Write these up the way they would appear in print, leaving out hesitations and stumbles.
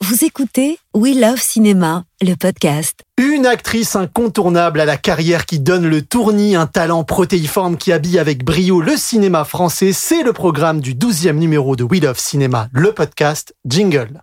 Vous écoutez We Love Cinéma, le podcast. Une actrice incontournable à la carrière qui donne le tournis, un talent protéiforme qui habille avec brio le cinéma français, c'est le programme du 12e numéro de We Love Cinéma, le podcast. Jingle.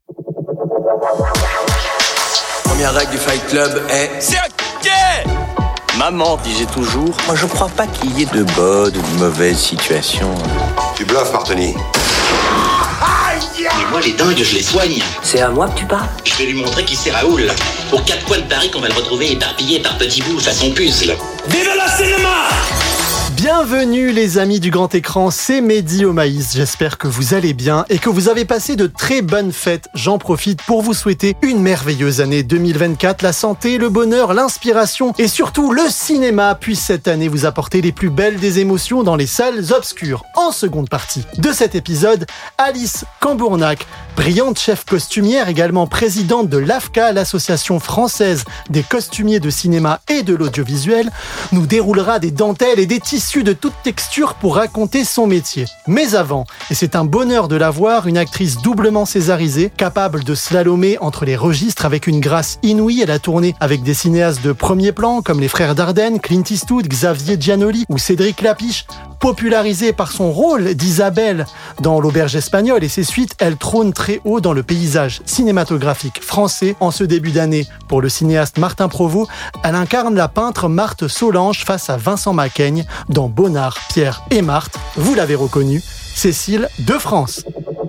Première règle du Fight Club est... C'est OK! Maman disait toujours, moi je crois pas qu'il y ait de bonnes ou de mauvaises situations. Tu bluffes, Martoni. Mais moi, les dingues, je les soigne. C'est à moi que tu parles? Je vais lui montrer qui c'est Raoul. Aux 4 coins de Paris qu'on va le retrouver éparpillé par petits bouts façon puzzle. Vive le cinéma! Bienvenue les amis du grand écran, c'est Mehdi au maïs. J'espère que vous allez bien et que vous avez passé de très bonnes fêtes. J'en profite pour vous souhaiter une merveilleuse année 2024. La santé, le bonheur, l'inspiration et surtout le cinéma puisse cette année vous apporter les plus belles des émotions dans les salles obscures. En seconde partie de cet épisode, Alice Cambournac, brillante chef costumière, également présidente de l'AFCA, l'association française des costumiers de cinéma et de l'audiovisuel, nous déroulera des dentelles et des tissus de toute texture pour raconter son métier. Mais avant, et c'est un bonheur de la voir, une actrice doublement césarisée, capable de slalomer entre les registres avec une grâce inouïe. Elle a tourné avec des cinéastes de premier plan comme les frères Dardenne, Clint Eastwood, Xavier Giannoli ou Cédric Lapiche. Popularisée par son rôle d'Isabelle dans L'Auberge espagnole et ses suites, elle trône très haut dans le paysage cinématographique français. En ce début d'année, pour le cinéaste Martin Provost, elle incarne la peintre Marthe Solange face à Vincent Macaigne dans Bonnard, Pierre et Marthe. Vous l'avez reconnue, Cécile de France.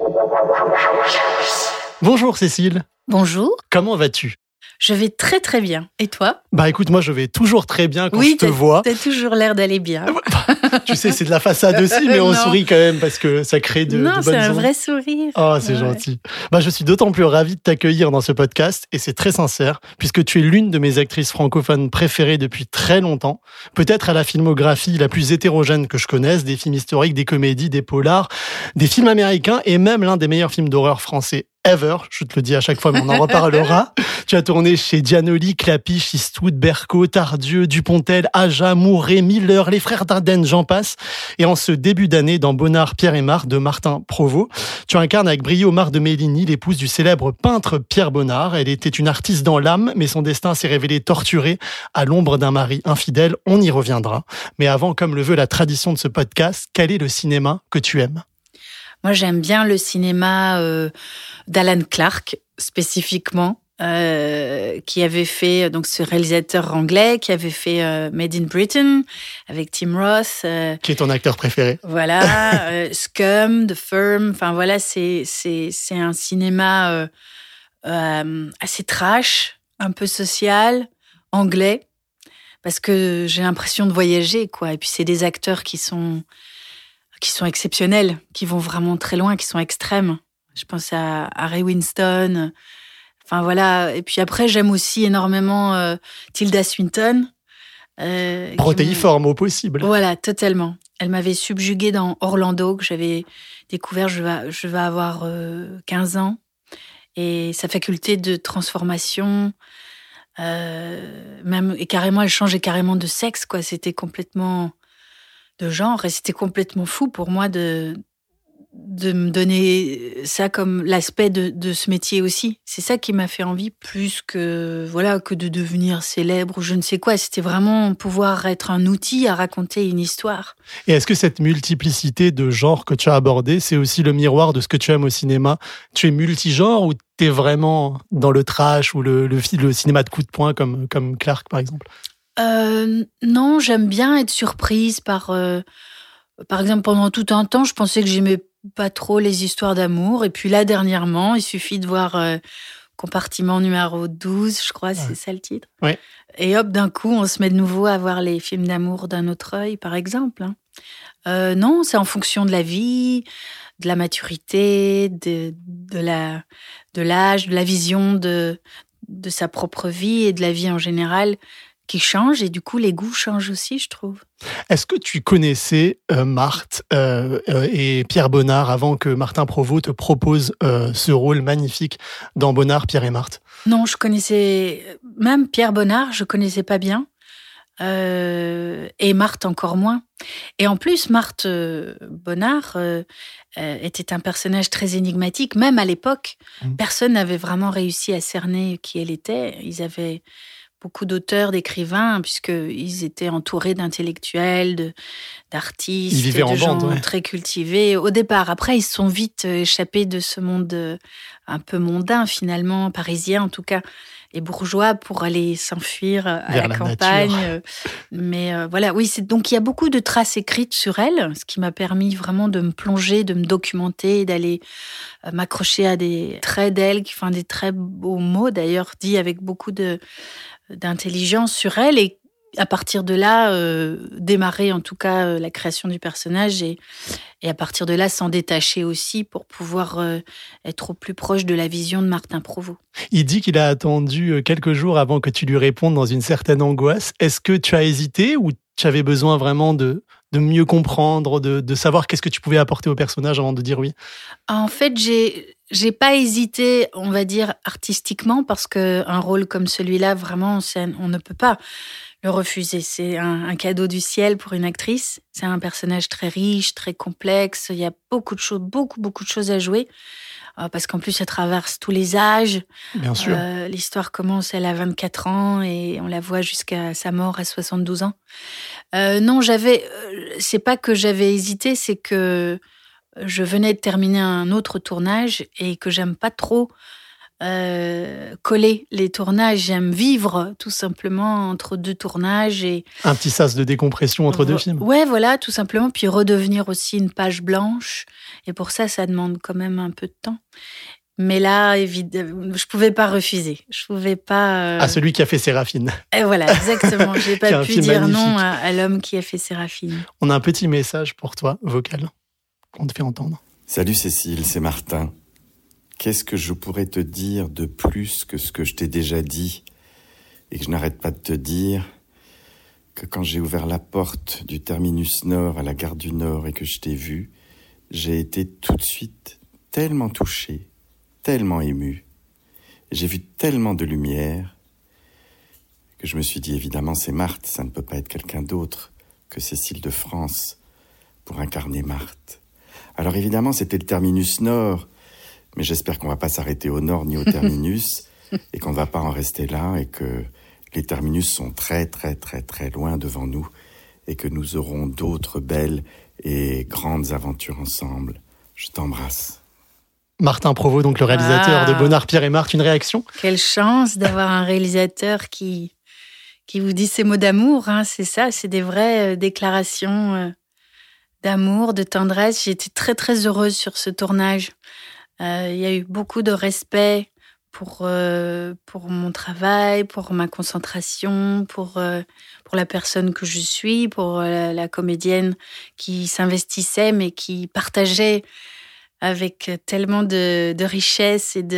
Bonjour Cécile. Bonjour. Comment vas-tu ? Je vais très très bien. Et toi ? Bah écoute, moi je vais toujours très bien quand je te vois. Oui, t'as toujours l'air d'aller bien. Tu sais, c'est de la façade aussi, mais on sourit quand même parce que ça crée de bonnes ondes. Non, c'est un vrai sourire. Oh, c'est gentil. Bah, je suis d'autant plus ravi de t'accueillir dans ce podcast et c'est très sincère puisque tu es l'une de mes actrices francophones préférées depuis très longtemps. Peut-être à la filmographie la plus hétérogène que je connaisse, des films historiques, des comédies, des polars, des films américains et même l'un des meilleurs films d'horreur français ever, je te le dis à chaque fois, mais on en reparlera. Tu as tourné chez Giannoli, Clapiche, Eastwood, Berco, Tardieu, Dupontel, Aja, Mouret, Miller, les frères Dardenne, j'en passe. Et en ce début d'année, dans Bonnard, Pierre et Marthe de Martin Provost, tu incarnes avec brio Marthe de Mélanie, l'épouse du célèbre peintre Pierre Bonnard. Elle était une artiste dans l'âme, mais son destin s'est révélé torturé à l'ombre d'un mari infidèle. On y reviendra. Mais avant, comme le veut la tradition de ce podcast, quel est le cinéma que tu aimes ? Moi, j'aime bien le cinéma d'Alan Clarke, spécifiquement, qui avait fait, donc ce réalisateur anglais, qui avait fait Made in Britain, avec Tim Roth. Qui est ton acteur préféré. Voilà, Scum, The Firm, enfin voilà, c'est un cinéma assez trash, un peu social, anglais, parce que j'ai l'impression de voyager, quoi. Et puis c'est des acteurs qui sont exceptionnels, qui vont vraiment très loin, qui sont extrêmes. Je pense à Ray Winstone. Enfin voilà. Et puis après, j'aime aussi énormément Tilda Swinton. Protéiforme au possible. Voilà, totalement. Elle m'avait subjuguée dans Orlando, que j'avais découvert, je vais avoir 15 ans. Et sa faculté de transformation, même, et carrément, elle changeait carrément de sexe, quoi. C'était complètement de genre, et c'était complètement fou pour moi de me donner ça comme l'aspect de ce métier aussi. C'est ça qui m'a fait envie, plus que de devenir célèbre ou je ne sais quoi. C'était vraiment pouvoir être un outil à raconter une histoire. Et est-ce que cette multiplicité de genres que tu as abordé, c'est aussi le miroir de ce que tu aimes au cinéma ? Tu es multigenre ou tu es vraiment dans le trash ou le cinéma de coup de poing comme Clarke, par exemple ? Non, j'aime bien être surprise par exemple, pendant tout un temps, je pensais que j'aimais pas trop les histoires d'amour. Et puis là, dernièrement, il suffit de voir Compartiment numéro 12, je crois, c'est ça le titre. Ouais. Et hop, d'un coup, on se met de nouveau à voir les films d'amour d'un autre œil, par exemple. Non, c'est en fonction de la vie, de la maturité, de l'âge, de la vision de sa propre vie et de la vie en général qui change, et du coup, les goûts changent aussi, je trouve. Est-ce que tu connaissais Marthe et Pierre Bonnard avant que Martin Provost te propose ce rôle magnifique dans Bonnard, Pierre et Marthe ? Non, je connaissais... Même Pierre Bonnard, je connaissais pas bien. Et Marthe encore moins. Et en plus, Marthe Bonnard était un personnage très énigmatique. Même à l'époque, personne n'avait vraiment réussi à cerner qui elle était. Ils avaient beaucoup d'auteurs, d'écrivains, puisqu'ils étaient entourés d'intellectuels, d'artistes, de gens très cultivés au départ. Après, ils se sont vite échappés de ce monde un peu mondain, finalement, parisien en tout cas, et bourgeois, pour aller s'enfuir à la campagne. Mais voilà, oui, donc il y a beaucoup de traces écrites sur elle, ce qui m'a permis vraiment de me plonger, de me documenter, d'aller m'accrocher à des traits d'elle, enfin des très beaux mots d'ailleurs, dits avec beaucoup d'intelligence sur elle, et à partir de là, démarrer en tout cas la création du personnage, et à partir de là s'en détacher aussi pour pouvoir être au plus proche de la vision de Martin Provost. Il dit qu'il a attendu quelques jours avant que tu lui répondes dans une certaine angoisse. Est-ce que tu as hésité ou tu avais besoin vraiment de mieux comprendre, de savoir qu'est-ce que tu pouvais apporter au personnage avant de dire oui? En fait, j'ai pas hésité, on va dire, artistiquement, parce qu'un rôle comme celui-là, vraiment, on ne peut pas le refuser. C'est un cadeau du ciel pour une actrice. C'est un personnage très riche, très complexe. Il y a beaucoup de choses, beaucoup de choses à jouer. Parce qu'en plus, ça traverse tous les âges. Bien sûr. L'histoire commence, elle a 24 ans et on la voit jusqu'à sa mort à 72 ans. Non, c'est pas que j'avais hésité, c'est que je venais de terminer un autre tournage et que j'aime pas trop coller les tournages. J'aime vivre tout simplement entre deux tournages. Un petit sas de décompression entre deux films. Ouais, voilà, tout simplement. Puis redevenir aussi une page blanche. Et pour ça demande quand même un peu de temps. Mais là, évidemment, je pouvais pas refuser. Je pouvais pas... À celui qui a fait Séraphine. Et voilà, exactement. J'ai pas pu dire non à l'homme qui a fait Séraphine. On a un petit message pour toi, vocal, qu'on te fait entendre. Salut Cécile, c'est Martin. Qu'est-ce que je pourrais te dire de plus que ce que je t'ai déjà dit et que je n'arrête pas de te dire, que quand j'ai ouvert la porte du terminus nord à la gare du Nord et que je t'ai vu, j'ai été tout de suite tellement touché, tellement ému. J'ai vu tellement de lumière que je me suis dit, évidemment, c'est Marthe, ça ne peut pas être quelqu'un d'autre que Cécile de France pour incarner Marthe. Alors évidemment, c'était le terminus nord, mais j'espère qu'on ne va pas s'arrêter au nord ni au terminus et qu'on ne va pas en rester là et que les terminus sont très, très, très, très loin devant nous et que nous aurons d'autres belles et grandes aventures ensemble. Je t'embrasse. Martin Provost, donc le réalisateur de Bonnard, Pierre et Marthe, une réaction? Quelle chance d'avoir un réalisateur qui vous dit ces mots d'amour, hein, c'est ça, c'est des vraies déclarations d'amour, de tendresse. J'étais très, très heureuse sur ce tournage. Il y a eu beaucoup de respect pour mon travail, pour ma concentration, pour la personne que je suis, pour la comédienne qui s'investissait, mais qui partageait avec tellement de richesse et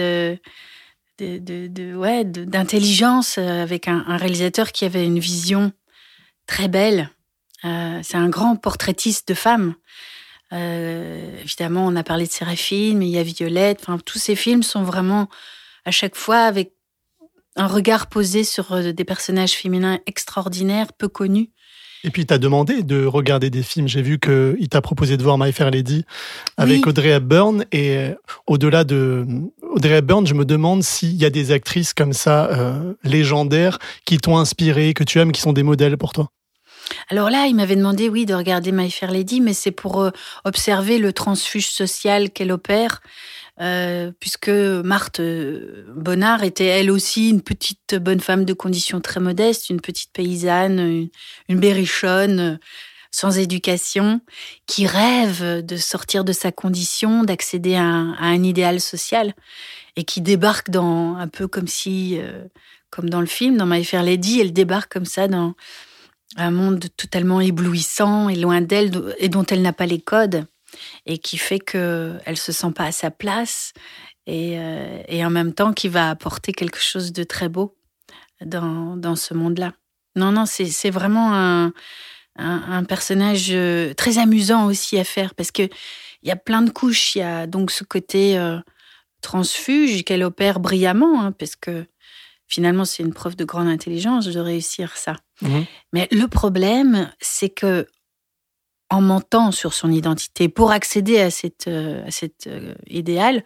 d'intelligence, avec un réalisateur qui avait une vision très belle. C'est un grand portraitiste de femmes. Évidemment, on a parlé de Séraphine, mais il y a Violette. Enfin, tous ces films sont vraiment, à chaque fois, avec un regard posé sur des personnages féminins extraordinaires, peu connus. Et puis, tu as demandé de regarder des films. J'ai vu qu'il t'a proposé de voir My Fair Lady avec Audrey Hepburn. Et au-delà de Audrey Hepburn, je me demande s'il y a des actrices comme ça, légendaires, qui t'ont inspiré, que tu aimes, qui sont des modèles pour toi. Alors là, il m'avait demandé, oui, de regarder My Fair Lady, mais c'est pour observer le transfuge social qu'elle opère, puisque Marthe Bonnard était elle aussi une petite bonne femme de condition très modeste, une petite paysanne, une berrichonne, sans éducation, qui rêve de sortir de sa condition, d'accéder à un idéal social, et qui débarque dans, un peu comme dans le film, dans My Fair Lady, elle débarque comme ça dans un monde totalement éblouissant et loin d'elle, et dont elle n'a pas les codes, et qui fait qu'elle ne se sent pas à sa place, et en même temps qui va apporter quelque chose de très beau dans ce monde-là. Non, c'est vraiment un personnage très amusant aussi à faire, parce qu'il y a plein de couches. Il y a donc ce côté transfuge qu'elle opère brillamment, hein, parce que finalement, c'est une preuve de grande intelligence de réussir ça. Mmh. Mais le problème, c'est que en mentant sur son identité pour accéder à cet idéal,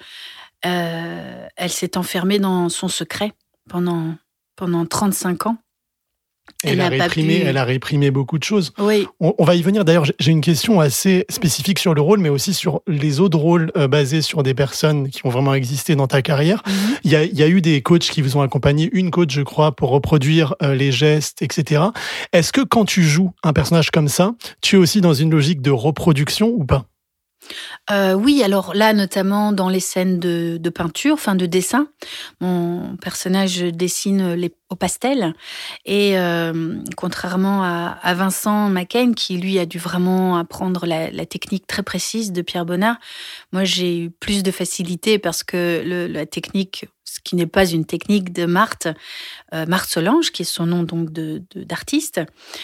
elle s'est enfermée dans son secret pendant 35 ans. Elle a réprimé beaucoup de choses. Oui. On va y venir. D'ailleurs, j'ai une question assez spécifique sur le rôle, mais aussi sur les autres rôles basés sur des personnes qui ont vraiment existé dans ta carrière. Mm-hmm. Il y a eu des coachs qui vous ont accompagné, une coach, je crois, pour reproduire les gestes, etc. Est-ce que quand tu joues un personnage comme ça, tu es aussi dans une logique de reproduction ou pas ? Oui, alors là, notamment dans les scènes de peinture, enfin de dessin, mon personnage dessine au pastel et contrairement à Vincent Macaigne qui lui a dû vraiment apprendre la technique très précise de Pierre Bonnard, moi j'ai eu plus de facilité parce que la technique, ce qui n'est pas une technique de Marthe Solange, qui est son nom donc d'artiste,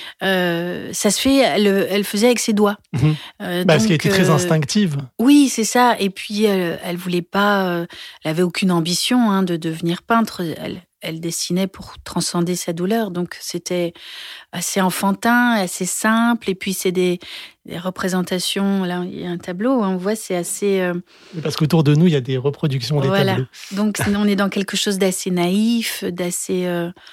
ça se fait, elle faisait avec ses doigts. Mmh. Ce qui était très instinctive. Oui, c'est ça. Et puis elle voulait pas, elle avait aucune ambition de devenir peintre. Elle dessinait pour transcender sa douleur, donc c'était assez enfantin, assez simple. Et puis c'est des représentations. Là, il y a un tableau, on voit, c'est assez. Parce qu'autour de nous, il y a des reproductions des tableaux. Donc on est dans quelque chose d'assez naïf, d'assez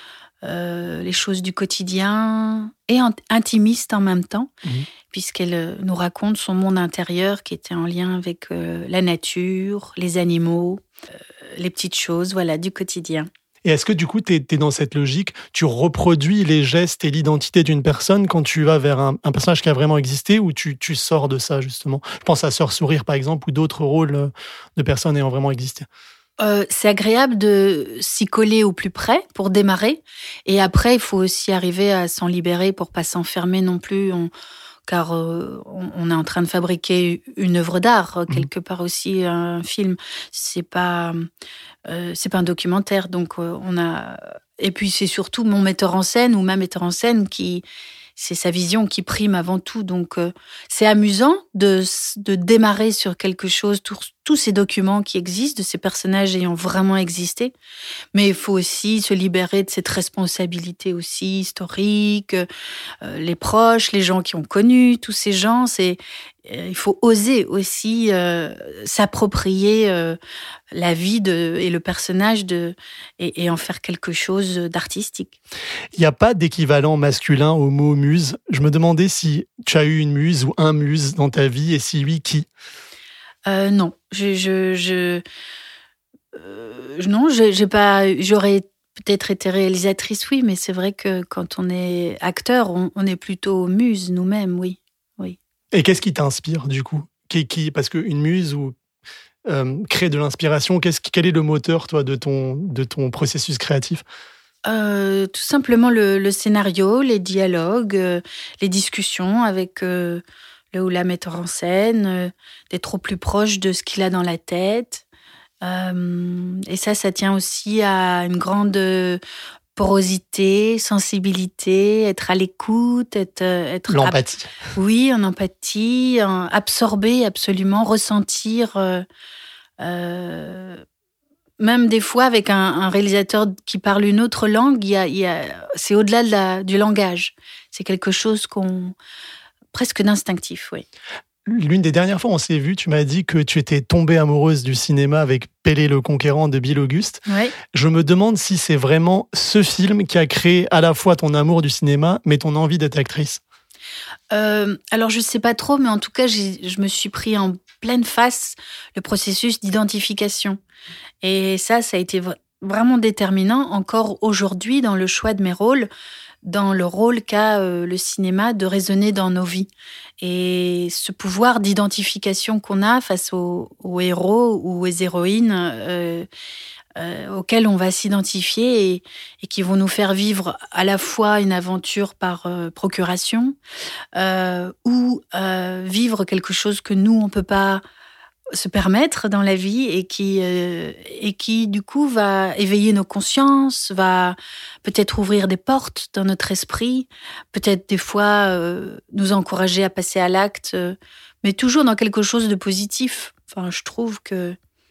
les choses du quotidien et intimiste en même temps, puisqu'elle nous raconte son monde intérieur qui était en lien avec la nature, les animaux, les petites choses, voilà, du quotidien. Et est-ce que du coup, tu es dans cette logique, tu reproduis les gestes et l'identité d'une personne quand tu vas vers un personnage qui a vraiment existé ou tu sors de ça, justement ? Je pense à Sœur Sourire, par exemple, ou d'autres rôles de personnes ayant vraiment existé. C'est agréable de s'y coller au plus près pour démarrer. Et après, il faut aussi arriver à s'en libérer pour pas s'enfermer non plus. Car on est en train de fabriquer une œuvre d'art, quelque part aussi un film. C'est pas un documentaire, donc on a. Et puis c'est surtout mon metteur en scène ou ma metteur en scène c'est sa vision qui prime avant tout. Donc c'est amusant de démarrer sur quelque chose, tous ces documents qui existent, de ces personnages ayant vraiment existé. Mais il faut aussi se libérer de cette responsabilité aussi historique, les proches, les gens qui ont connu tous ces gens. Il faut oser aussi s'approprier la vie et le personnage et en faire quelque chose d'artistique. Il n'y a pas d'équivalent masculin au mot muse. Je me demandais si tu as eu une muse ou un muse dans ta vie et si oui, qui ? Non, non, j'ai pas. J'aurais peut-être été réalisatrice, oui, mais c'est vrai que quand on est acteur, on est plutôt muse nous-mêmes, oui. Et qu'est-ce qui t'inspire, du coup ? Parce qu'une muse crée de l'inspiration, quel est le moteur, toi, de ton processus créatif ? Tout simplement le scénario, les dialogues, les discussions avec le ou la metteur en scène, d'être au plus proche de ce qu'il a dans la tête. Et ça tient aussi à une grande porosité, sensibilité, être à l'écoute, être l'empathie. Oui, en empathie, absorber absolument, ressentir. Même des fois avec un réalisateur qui parle une autre langue, c'est au-delà du langage. C'est quelque chose presque d'instinctif, oui. L'une des dernières fois, on s'est vu, tu m'as dit que tu étais tombée amoureuse du cinéma avec Pélé le Conquérant de Bill Auguste. Oui. Je me demande si c'est vraiment ce film qui a créé à la fois ton amour du cinéma, mais ton envie d'être actrice. Alors, je ne sais pas trop, mais en tout cas, je me suis pris en pleine face le processus d'identification. Et ça a été vraiment déterminant encore aujourd'hui dans le choix de mes rôles, dans le rôle qu'a le cinéma de résonner dans nos vies. Et ce pouvoir d'identification qu'on a face aux héros ou aux héroïnes auxquels on va s'identifier et qui vont nous faire vivre à la fois une aventure par procuration ou vivre quelque chose que nous, on ne peut pas se permettre dans la vie et qui du coup va éveiller nos consciences, va peut-être ouvrir des portes dans notre esprit, peut-être des fois nous encourager à passer à l'acte, mais toujours dans quelque chose de positif. Enfin, je trouve que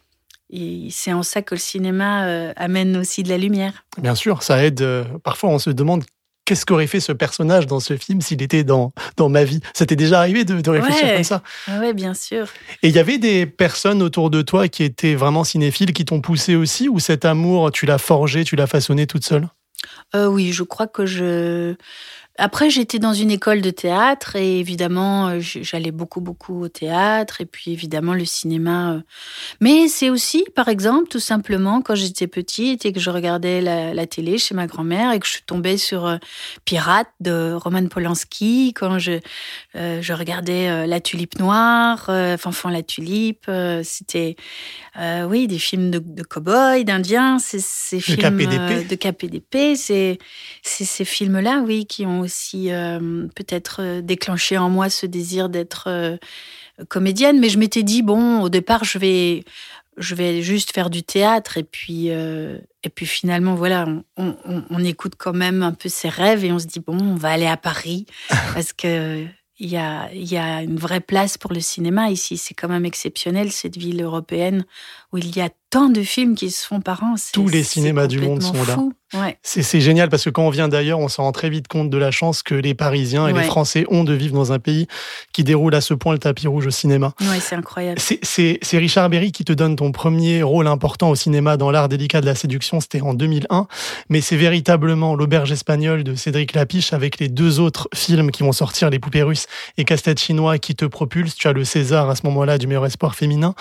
Et c'est en ça que le cinéma amène aussi de la lumière. Bien sûr, ça aide. Parfois, on se demande qu'est-ce qu'aurait fait ce personnage dans ce film s'il était dans ma vie. Ça t'est déjà arrivé de réfléchir comme ça? Oui, bien sûr. Et il y avait des personnes autour de toi qui étaient vraiment cinéphiles, qui t'ont poussé aussi, ou cet amour, tu l'as forgé, tu l'as façonné toute seule? Oui, je crois que Après, j'étais dans une école de théâtre et évidemment, j'allais beaucoup au théâtre et puis évidemment le cinéma. Mais c'est aussi, par exemple, tout simplement, quand j'étais petite et que je regardais la télé chez ma grand-mère et que je suis tombée sur Pirate de Roman Polanski, quand je regardais La Tulipe Noire, Fanfan la Tulipe, c'était des films de cow-boys, d'Indiens, ces films de KPDP, c'est ces films-là, oui, qui ont aussi peut-être déclenché en moi ce désir d'être comédienne. Mais je m'étais dit, bon, au départ, je vais juste faire du théâtre. Et puis finalement, voilà, on écoute quand même un peu ses rêves et on se dit, bon, on va aller à Paris parce que il y a une vraie place pour le cinéma ici. C'est quand même exceptionnel, cette ville européenne où il y a tant de films qui se font par an. Tous les cinémas du monde sont là. Ouais. C'est génial parce que quand on vient d'ailleurs, on s'en rend très vite compte de la chance que les Parisiens et les Français ont de vivre dans un pays qui déroule à ce point le tapis rouge au cinéma. Oui, c'est incroyable. C'est Richard Berry qui te donne ton premier rôle important au cinéma dans L'art délicat de la séduction, c'était en 2001. Mais c'est véritablement L'auberge espagnole de Cédric Lapiche avec les deux autres films qui vont sortir, Les poupées russes et Casse-tête chinois, qui te propulsent. Tu as le César à ce moment-là du meilleur espoir féminin.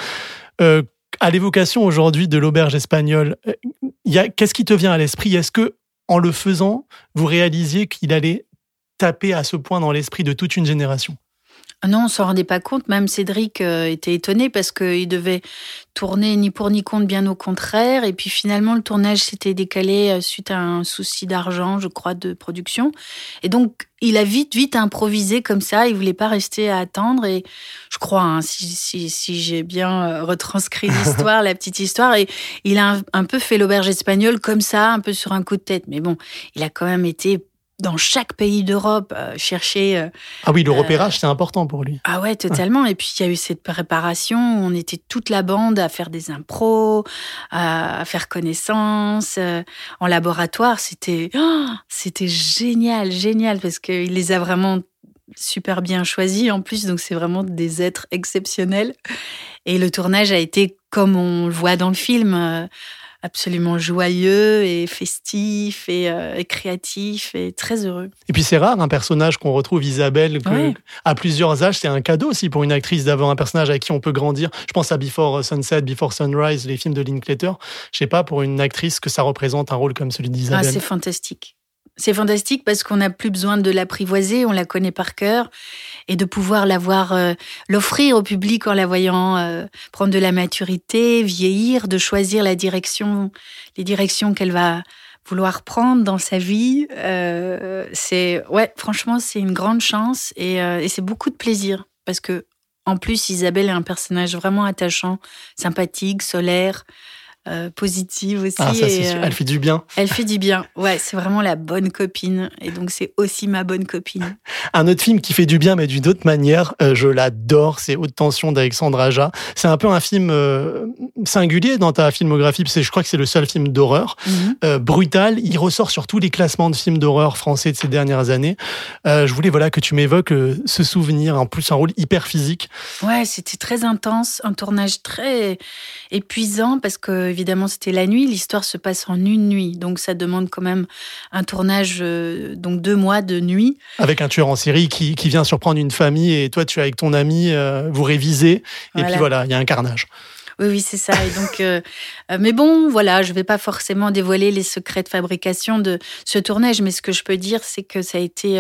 À l'évocation aujourd'hui de L'auberge espagnole, qu'est-ce qui te vient à l'esprit? Est-ce que, en le faisant, vous réalisiez qu'il allait taper à ce point dans l'esprit de toute une génération? Non, on s'en rendait pas compte. Même Cédric était étonné parce qu'il devait tourner ni pour ni contre, bien au contraire. Et puis finalement, le tournage s'était décalé suite à un souci d'argent, je crois, de production. Et donc, il a vite improvisé comme ça. Il voulait pas rester à attendre. Et je crois, si j'ai bien retranscrit l'histoire, la petite histoire. Et il a un peu fait L'auberge espagnole comme ça, un peu sur un coup de tête. Mais bon, il a quand même été dans chaque pays d'Europe, chercher... Ah oui, le repérage, c'est important pour lui. Ah ouais, totalement. Et puis, il y a eu cette préparation où on était toute la bande à faire des impros, à faire connaissance. En laboratoire, c'était génial, parce qu'il les a vraiment super bien choisis en plus. Donc, c'est vraiment des êtres exceptionnels. Et le tournage a été comme on le voit dans le film, absolument joyeux et festif et créatif et très heureux. Et puis c'est rare un personnage qu'on retrouve, Isabelle, à plusieurs âges. C'est un cadeau aussi pour une actrice d'avoir un personnage avec qui on peut grandir. Je pense à Before Sunset, Before Sunrise, les films de Linklater. Je sais pas, pour une actrice que ça représente un rôle comme celui d'Isabelle. Ah, c'est fantastique. C'est fantastique parce qu'on n'a plus besoin de l'apprivoiser, on la connaît par cœur, et de pouvoir l'offrir au public en la voyant prendre de la maturité, vieillir, de choisir les directions qu'elle va vouloir prendre dans sa vie. Franchement, c'est une grande chance et c'est beaucoup de plaisir parce que en plus, Isabelle est un personnage vraiment attachant, sympathique, solaire. Positive aussi. Ah, ça, c'est sûr. Elle fait du bien. Elle fait du bien. Ouais, c'est vraiment la bonne copine. Et donc, c'est aussi ma bonne copine. Un autre film qui fait du bien, mais d'une autre manière, je l'adore, c'est Haute Tension d'Alexandre Aja. C'est un peu un film singulier dans ta filmographie, parce que je crois que c'est le seul film d'horreur. Brutal. Il ressort sur tous les classements de films d'horreur français de ces dernières années. Je voulais que tu m'évoques ce souvenir. En plus, un rôle hyper physique. Ouais, c'était très intense. Un tournage très épuisant parce que évidemment, c'était la nuit. L'histoire se passe en une nuit. Donc, ça demande quand même un tournage, donc 2 mois de nuit. Avec un tueur en série qui vient surprendre une famille et toi, tu es avec ton ami, vous révisez. Et puis voilà, il y a un carnage. Oui, c'est ça. Et donc, mais bon, voilà, je vais pas forcément dévoiler les secrets de fabrication de ce tournage, mais ce que je peux dire, c'est que ça a été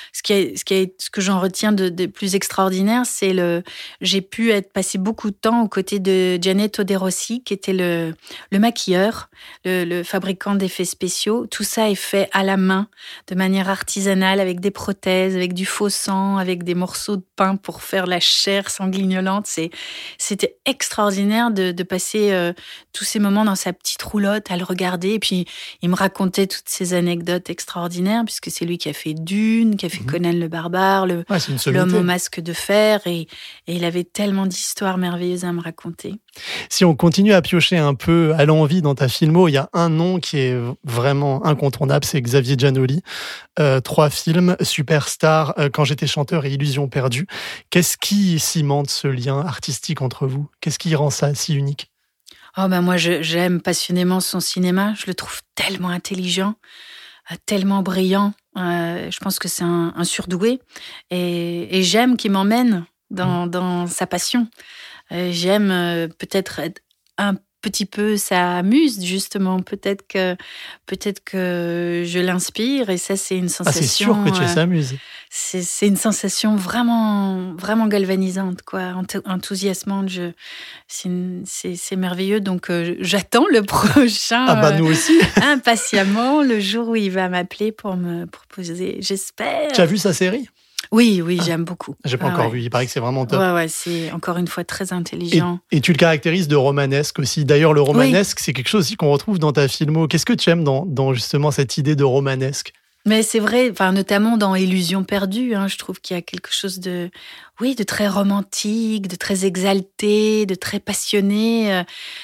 ce que j'en retiens de plus extraordinaire, c'est j'ai pu passer beaucoup de temps aux côtés de Gianetto De Rossi, qui était le maquilleur, le fabricant d'effets spéciaux. Tout ça est fait à la main, de manière artisanale, avec des prothèses, avec du faux sang, avec des morceaux de pain pour faire la chair sanguignolante. C'était extraordinaire de passer tous ces moments dans sa petite roulotte à le regarder. Et puis, il me racontait toutes ces anecdotes extraordinaires, puisque c'est lui qui a fait Dune, qui a fait Conan le Barbare, l'homme au masque de fer. Et il avait tellement d'histoires merveilleuses à me raconter. Si on continue à piocher un peu à l'envie dans ta filmo, il y a un nom qui est vraiment incontournable, c'est Xavier Giannoli. 3 films, Superstar, Quand j'étais chanteur et Illusion perdue. Qu'est-ce qui cimente ce lien artistique entre vous? Qu'est-ce qui rend ça si unique? Moi, j'aime passionnément son cinéma. Je le trouve tellement intelligent, tellement brillant. Je pense que c'est un surdoué. Et j'aime qu'il m'emmène dans sa passion. J'aime peut-être être un petit peu sa muse, justement. Peut-être que je l'inspire, et ça, c'est une sensation. C'est sûr que tu es sa muse. C'est une sensation vraiment, vraiment galvanisante, quoi, enthousiaismante. C'est merveilleux. Donc, j'attends le prochain. Nous aussi. Impatiemment, le jour où il va m'appeler pour me proposer. J'espère. Tu as vu sa série? Oui, j'aime beaucoup. J'ai pas encore vu, il paraît que c'est vraiment top. Ouais, c'est encore une fois très intelligent. Et tu le caractérises de romanesque aussi. D'ailleurs, le romanesque, c'est quelque chose aussi qu'on retrouve dans ta filmo. Qu'est-ce que tu aimes dans justement cette idée de romanesque? Mais c'est vrai, notamment dans Illusion perdue, je trouve qu'il y a quelque chose de très romantique, de très exalté, de très passionné,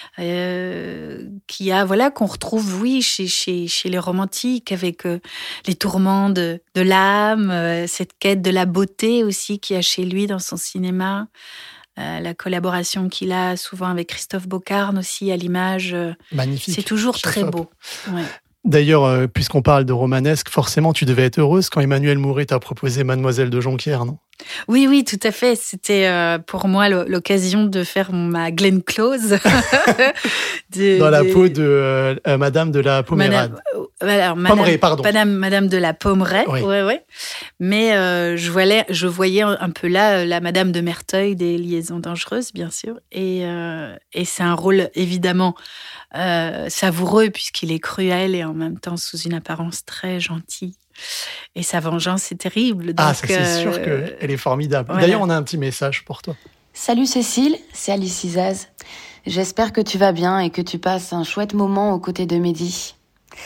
qu'on retrouve, chez les romantiques, avec les tourments de l'âme, cette quête de la beauté aussi qu'il y a chez lui dans son cinéma. La collaboration qu'il a souvent avec Christophe Baucarne aussi à l'image. Magnifique. C'est toujours très beau. Ouais. D'ailleurs, puisqu'on parle de romanesque, forcément, tu devais être heureuse quand Emmanuel Mouret t'a proposé Mademoiselle de Jonquière, non? Oui, tout à fait. C'était pour moi l'occasion de faire ma Glenn Close. Dans la peau de Madame de la Pomérade. Pommeraye, pardon. Madame de la Pommeraye, oui. Mais je voyais un peu là la Madame de Merteuil des Liaisons dangereuses, bien sûr. Et c'est un rôle évidemment savoureux, puisqu'il est cruel et en même temps sous une apparence très gentille. Et sa vengeance est terrible. Donc, ça c'est sûr qu'elle est formidable. Voilà. D'ailleurs, on a un petit message pour toi. Salut Cécile, c'est Alice Izaz. J'espère que tu vas bien et que tu passes un chouette moment aux côtés de Mehdi.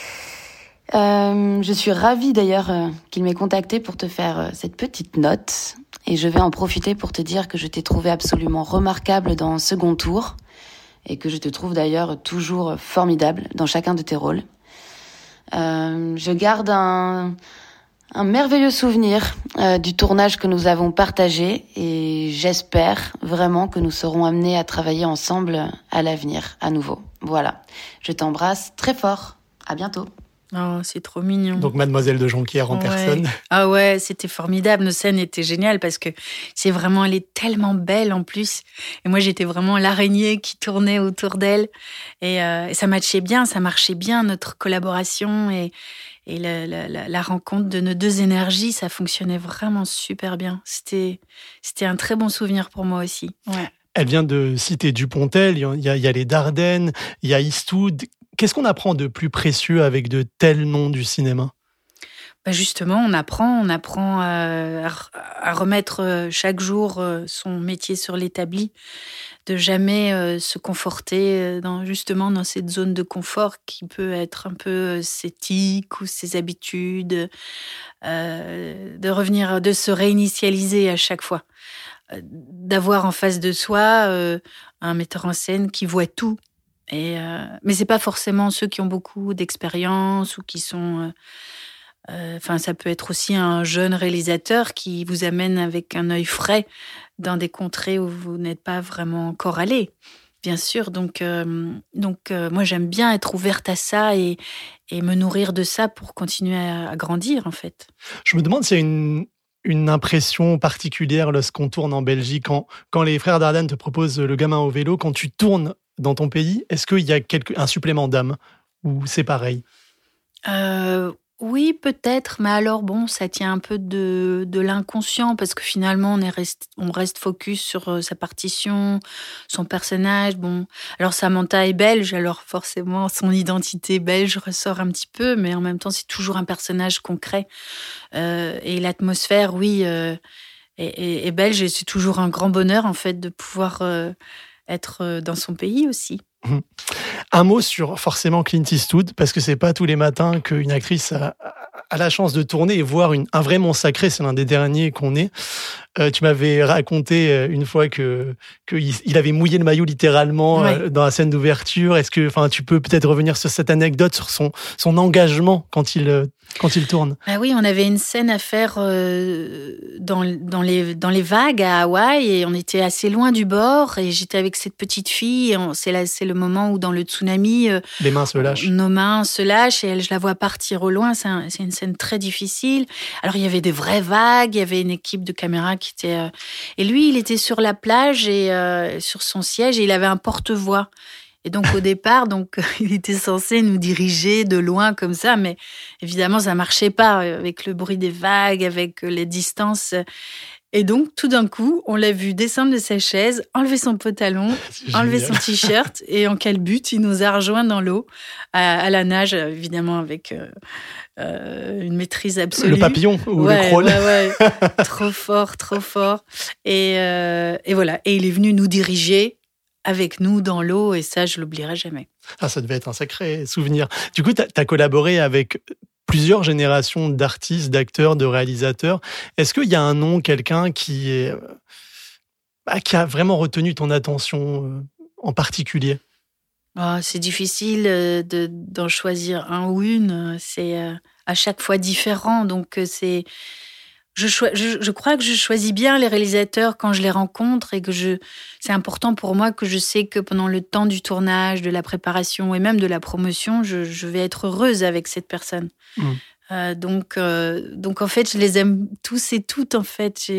Je suis ravie d'ailleurs qu'il m'ait contacté pour te faire cette petite note. Et je vais en profiter pour te dire que je t'ai trouvé absolument remarquable dans Second Tour. Et que je te trouve d'ailleurs toujours formidable dans chacun de tes rôles. Je garde un merveilleux souvenir du tournage que nous avons partagé et j'espère vraiment que nous serons amenés à travailler ensemble à l'avenir, à nouveau. Voilà, je t'embrasse très fort. À bientôt. Oh, c'est trop mignon. Donc Mademoiselle de Jonquière en personne. Ah ouais, c'était formidable. Nos scènes étaient géniales parce que elle est tellement belle en plus. Et moi, j'étais vraiment l'araignée qui tournait autour d'elle. Et ça matchait bien, ça marchait bien, notre collaboration et la rencontre de nos deux énergies, ça fonctionnait vraiment super bien. C'était un très bon souvenir pour moi aussi. Ouais. Elle vient de citer Dupontel, il y a les Dardennes, il y a Eastwood. Qu'est-ce qu'on apprend de plus précieux avec de tels noms du cinéma? Justement, on apprend à remettre chaque jour son métier sur l'établi, de jamais se conforter dans cette zone de confort qui peut être un peu ses tics ou ses habitudes, de revenir, de se réinitialiser à chaque fois, d'avoir en face de soi un metteur en scène qui voit tout. Mais c'est pas forcément ceux qui ont beaucoup d'expérience ou qui sont. Ça peut être aussi un jeune réalisateur qui vous amène avec un œil frais dans des contrées où vous n'êtes pas vraiment encore allé, bien sûr. Donc, moi, j'aime bien être ouverte à ça et me nourrir de ça pour continuer à grandir, en fait. Je me demande s'il y a une impression particulière lorsqu'on tourne en Belgique, quand les frères Dardenne te proposent Le gamin au vélo, quand tu tournes dans ton pays, est-ce qu'il y a un supplément d'âme ou c'est pareil? Oui, peut-être, mais alors ça tient un peu de l'inconscient parce que finalement on reste focus sur sa partition, son personnage. Alors Samantha est belge, alors forcément son identité belge ressort un petit peu, mais en même temps c'est toujours un personnage concret et l'atmosphère, oui, est belge et c'est toujours un grand bonheur en fait de pouvoir être dans son pays aussi. Un mot sur forcément Clint Eastwood, parce que c'est pas tous les matins qu'une actrice a la chance de tourner et voir un vrai Mont Sacré, c'est l'un des derniers qu'on ait. Tu m'avais raconté une fois qu'il avait mouillé le maillot littéralement dans la scène d'ouverture. Est-ce que tu peux peut-être revenir sur cette anecdote, sur son engagement quand il tourne? Ah oui, on avait une scène à faire dans les vagues à Hawaï et on était assez loin du bord et j'étais avec cette petite fille. C'est le moment où dans le tsunami, les mains se lâchent. Nos mains se lâchent et je la vois partir au loin. C'est une scène très difficile. Alors il y avait des vraies vagues, il y avait une équipe de caméras qui était... Et lui, il était sur la plage et sur son siège et il avait un porte-voix. Et donc, au départ, il était censé nous diriger de loin comme ça, mais évidemment, ça marchait pas avec le bruit des vagues, avec les distances. Et donc, tout d'un coup, on l'a vu descendre de sa chaise, enlever son pantalon, enlever son t-shirt, et en calbute, il nous a rejoints dans l'eau, à la nage, évidemment, avec une maîtrise absolue. Le papillon ou le crawl. Ouais. Trop fort. Et voilà. Et il est venu nous diriger avec nous dans l'eau, et ça, je l'oublierai jamais. Ah, ça devait être un sacré souvenir. Du coup, tu as collaboré avec plusieurs générations d'artistes, d'acteurs, de réalisateurs. Est-ce qu'il y a un nom, quelqu'un qui a vraiment retenu ton attention en particulier? C'est difficile d'en choisir un ou une. C'est à chaque fois différent. Donc, je crois que je choisis bien les réalisateurs quand je les rencontre et que c'est important pour moi que je sais que pendant le temps du tournage, de la préparation et même de la promotion, je vais être heureuse avec cette personne. Donc en fait, je les aime tous et toutes, en fait.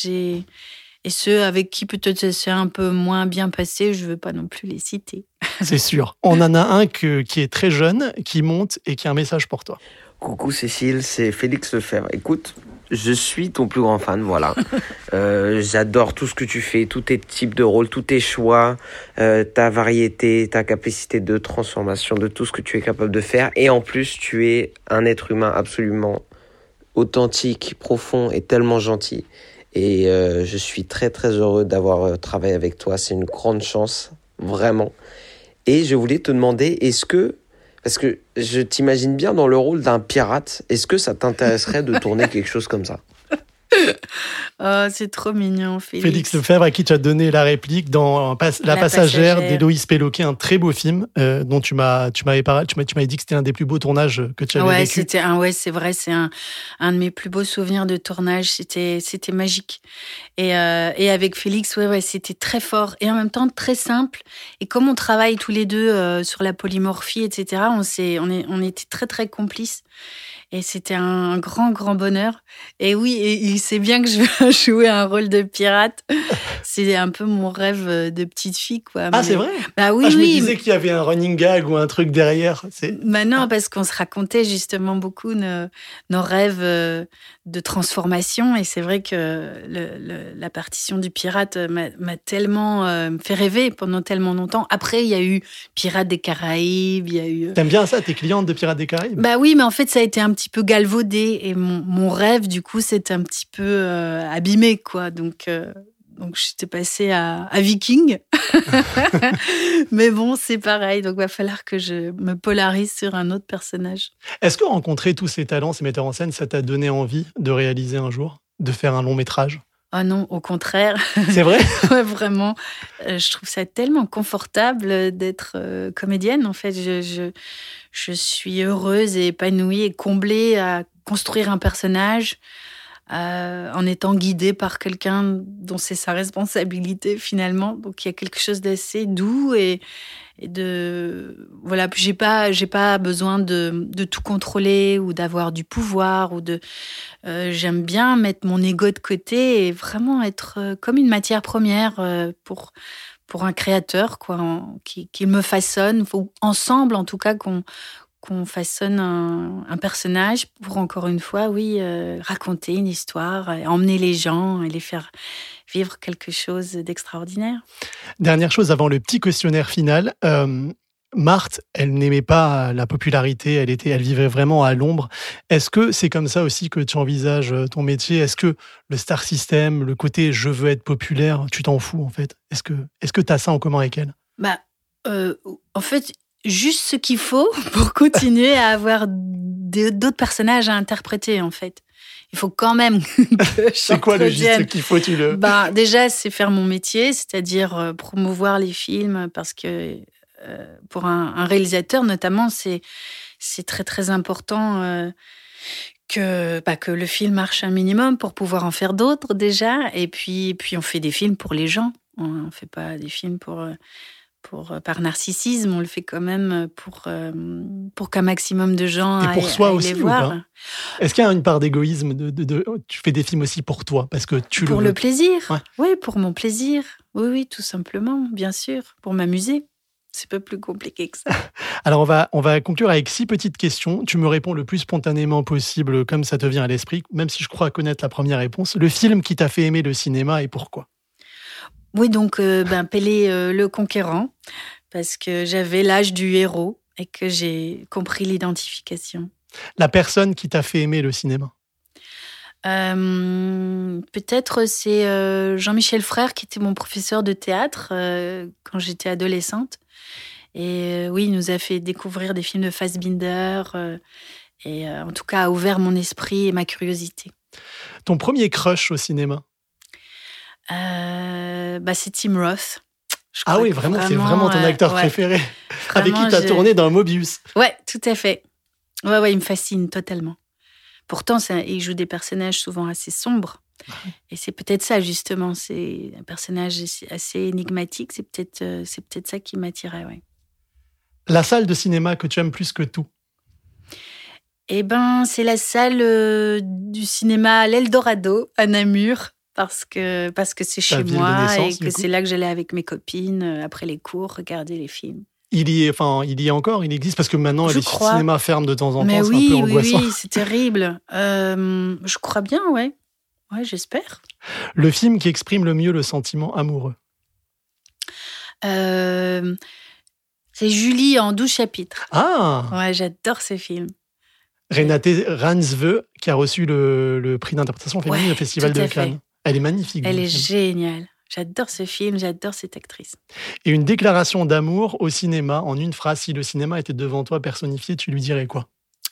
Et ceux avec qui peut-être c'est un peu moins bien passé, je ne veux pas non plus les citer. C'est sûr. On en a un qui est très jeune, qui monte et qui a un message pour toi. Coucou Cécile, c'est Félix Lefebvre. Écoute, je suis ton plus grand fan, voilà. J'adore tout ce que tu fais, tous tes types de rôles, tous tes choix, ta variété, ta capacité de transformation, de tout ce que tu es capable de faire. Et en plus, tu es un être humain absolument authentique, profond et tellement gentil. Et je suis très très heureux d'avoir travaillé avec toi. C'est une grande chance, vraiment. Et je voulais te demander, parce que je t'imagine bien dans le rôle d'un pirate, est-ce que ça t'intéresserait de tourner quelque chose comme ça? Oh, c'est trop mignon, Félix. Félix Lefebvre, à qui tu as donné la réplique dans La Passagère d'Héloïse Péloquet, un très beau film dont tu m'avais parlé. Tu m'avais dit que c'était un des plus beaux tournages que tu avais vécu. C'est vrai, c'est un de mes plus beaux souvenirs de tournage. C'était magique. Et avec Félix, c'était très fort et en même temps très simple. Et comme on travaille tous les deux sur la polymorphie, etc., on était très très complices. Et c'était un grand, grand bonheur. Et oui, il sait bien que je veux jouer un rôle de pirate. C'est un peu mon rêve de petite fille, quoi. Ah, c'est vrai? Bah oui, je me disais qu'il y avait un running gag ou un truc derrière. Non, parce qu'on se racontait justement beaucoup nos rêves de transformation. Et c'est vrai que la partition du pirate m'a tellement fait rêver pendant tellement longtemps. Après, il y a eu Pirates des Caraïbes, il y a eu... T'aimes bien ça, t'es cliente de Pirates des Caraïbes? Bah oui, mais en fait, ça a été un petit peu galvaudé. Et mon rêve, du coup, s'est un petit peu abîmé, quoi. Donc j'étais passée à Viking. Mais bon, c'est pareil. Donc, il va falloir que je me polarise sur un autre personnage. Est-ce que rencontrer tous ces talents, ces metteurs en scène, ça t'a donné envie de réaliser un jour, de faire un long métrage? Ah non, au contraire. C'est vrai? Ouais, vraiment. Je trouve ça tellement confortable d'être comédienne. En fait, je suis heureuse et épanouie et comblée à construire un personnage en étant guidée par quelqu'un dont c'est sa responsabilité finalement. Donc il y a quelque chose d'assez doux et de voilà. J'ai pas besoin de tout contrôler ou d'avoir du pouvoir ou j'aime bien mettre mon ego de côté et vraiment être comme une matière première pour un créateur, quoi, qui me façonne, ou ensemble en tout cas qu'on façonne un personnage pour, encore une fois, raconter une histoire, emmener les gens et les faire vivre quelque chose d'extraordinaire. Dernière chose avant le petit questionnaire final. Marthe, elle n'aimait pas la popularité, elle vivait vraiment à l'ombre. Est-ce que c'est comme ça aussi que tu envisages ton métier? Est-ce que le star system, le côté je veux être populaire, tu t'en fous en fait? Est-ce que tu as ça en commun avec elle? En fait, juste ce qu'il faut pour continuer à avoir d'autres personnages à interpréter, en fait. Il faut quand même que c'est quoi le geste qu'il faut Déjà, c'est faire mon métier, c'est-à-dire promouvoir les films, parce que pour un réalisateur, notamment, c'est très, très important que le film marche un minimum pour pouvoir en faire d'autres, déjà. Et puis on fait des films pour les gens. On ne fait pas des films par narcissisme, on le fait quand même pour qu'un maximum de gens et pour soi aussi, les voir. Ou pas Est-ce qu'il y a une part d'égoïsme tu fais des films aussi pour toi parce que tu pour le plaisir. Ouais. Oui, pour mon plaisir. Oui, tout simplement, bien sûr, pour m'amuser. C'est pas plus compliqué que ça. Alors on va conclure avec 6 petites questions. Tu me réponds le plus spontanément possible, comme ça te vient à l'esprit, même si je crois connaître la première réponse. Le film qui t'a fait aimer le cinéma et pourquoi ? Oui, donc Pélé le Conquérant, parce que j'avais l'âge du héros et que j'ai compris l'identification. La personne qui t'a fait aimer le cinéma ? Peut-être c'est Jean-Michel Frère, qui était mon professeur de théâtre quand j'étais adolescente. Et oui, il nous a fait découvrir des films de Fassbinder et en tout cas a ouvert mon esprit et ma curiosité. Ton premier crush au cinéma ? C'est Tim Roth. Ah oui, vraiment, c'est vraiment ton acteur préféré. Avec qui tu as tourné dans Mobius. Ouais, tout à fait. Ouais, il me fascine totalement. Pourtant, il joue des personnages souvent assez sombres. Et c'est peut-être ça, justement. C'est un personnage assez énigmatique. C'est peut-être ça qui m'attirait, ouais. La salle de cinéma que tu aimes plus que tout ? C'est la salle du cinéma L'Eldorado, à Namur. Parce que c'est chez moi et que c'est là que j'allais avec mes copines après les cours regarder les films. Il y est encore, il existe parce que maintenant les cinémas ferment de temps en temps, c'est un peu angoissant. Oui, c'est terrible. Je crois bien, ouais, j'espère. Le film qui exprime le mieux le sentiment amoureux. C'est Julie en 12 chapitres. Ah. Ouais, j'adore ce film. Renate Reinsve qui a reçu le prix d'interprétation féminine au Festival de Cannes. Elle est magnifique. Elle est géniale. J'adore ce film, j'adore cette actrice. Et une déclaration d'amour au cinéma, en une phrase, si le cinéma était devant toi personnifié, tu lui dirais quoi ?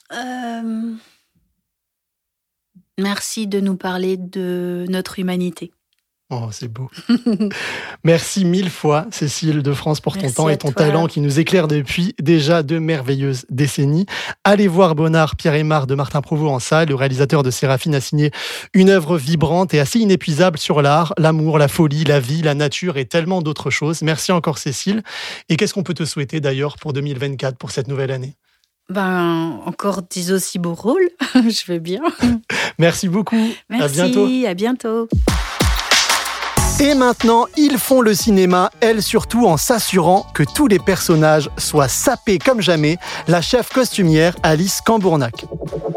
Merci de nous parler de notre humanité. Oh, c'est beau. Merci 1000 fois, Cécile de France, pour ton temps et ton talent qui nous éclaire depuis déjà 2 merveilleuses décennies. Allez voir Bonnard, Pierre Aymar de Martin Provost en salle. Le réalisateur de Séraphine a signé une œuvre vibrante et assez inépuisable sur l'art, l'amour, la folie, la vie, la nature et tellement d'autres choses. Merci encore, Cécile. Et qu'est-ce qu'on peut te souhaiter d'ailleurs pour 2024, pour cette nouvelle année ? Encore des aussi beaux rôles. Je veux bien. Merci beaucoup. Merci, à bientôt. Et maintenant, ils font le cinéma, elle surtout en s'assurant que tous les personnages soient sapés comme jamais, la chef costumière Alice Cambournac.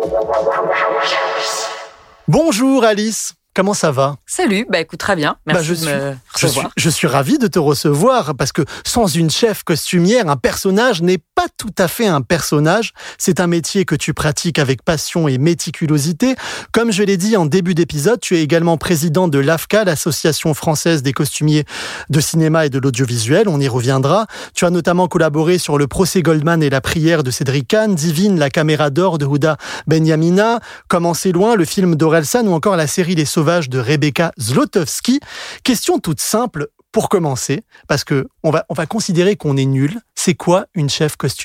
Bonjour Alice, comment ça va ? Salut, écoute, très bien, merci de me recevoir. Je suis ravi de te recevoir parce que sans une chef costumière, un personnage n'est pas tout à fait un personnage. C'est un métier que tu pratiques avec passion et méticulosité. Comme je l'ai dit en début d'épisode, tu es également président de l'AFCA, l'Association française des costumiers de cinéma et de l'audiovisuel. On y reviendra. Tu as notamment collaboré sur Le procès Goldman et la prière de Cédric Kahn, Divine, la caméra d'or de Houda Benyamina, Commencer loin, le film d'Orelsan ou encore la série Les Sauvages de Rebecca Zlotowski. Question toute simple pour commencer, parce que on va considérer qu'on est nul. C'est quoi une chef costumière ?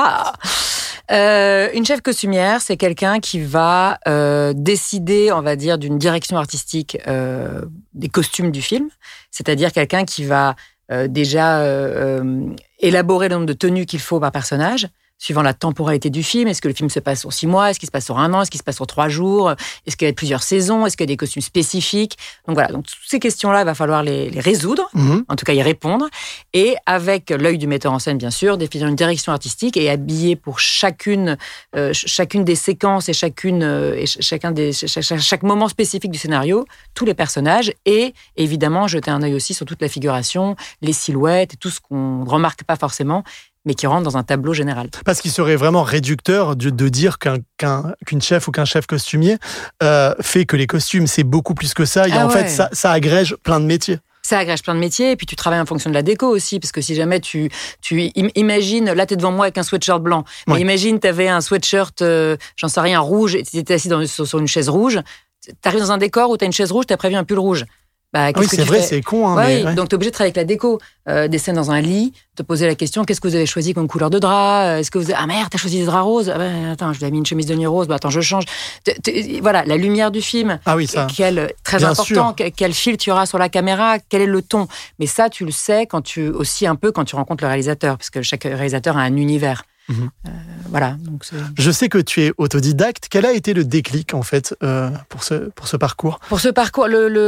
Une chef costumière, c'est quelqu'un qui va décider, on va dire, d'une direction artistique des costumes du film. C'est-à-dire quelqu'un qui va déjà élaborer le nombre de tenues qu'il faut par personnage, suivant la temporalité du film. Est-ce que le film se passe sur 6 mois ? Est-ce qu'il se passe sur 1 an ? Est-ce qu'il se passe sur 3 jours ? Est-ce qu'il y a plusieurs saisons ? Est-ce qu'il y a des costumes spécifiques ? Donc voilà, toutes ces questions-là, il va falloir les résoudre, en tout cas y répondre. Et avec l'œil du metteur en scène, bien sûr, définir une direction artistique et habiller pour chacune des séquences et chaque moment spécifique du scénario, tous les personnages et évidemment jeter un œil aussi sur toute la figuration, les silhouettes et tout ce qu'on ne remarque pas forcément, mais qui rentre dans un tableau général. Parce qu'il serait vraiment réducteur de dire qu'une chef ou qu'un chef costumier fait que les costumes, c'est beaucoup plus que ça. Et ça agrège plein de métiers. Ça agrège plein de métiers, et puis tu travailles en fonction de la déco aussi, parce que si jamais tu imagines, là t'es devant moi avec un sweatshirt blanc, mais imagine t'avais un sweatshirt, j'en sais rien, rouge, et t'étais assis sur une chaise rouge, t'arrives dans un décor où t'as une chaise rouge, t'as prévu un pull rouge. Bah, oui, c'est vrai, c'est con. Hein, ouais. Donc, tu es obligé de travailler avec la déco. Des scènes dans un lit, te poser la question, qu'est-ce que vous avez choisi comme couleur de drap? Est-ce que vous avez... Ah merde, t'as choisi des draps roses? Ah ben, attends, je lui ai mis une chemise de nuit rose. Bah, attends, je change. Voilà, la lumière du film. Ah oui, ça. Très bien important. Quel fil tu auras sur la caméra? Quel est le ton? Mais ça, tu le sais quand tu rencontres le réalisateur, parce que chaque réalisateur a un univers. Voilà. Donc je sais que tu es autodidacte. Quel a été le déclic en fait pour ce parcours? Pour ce parcours,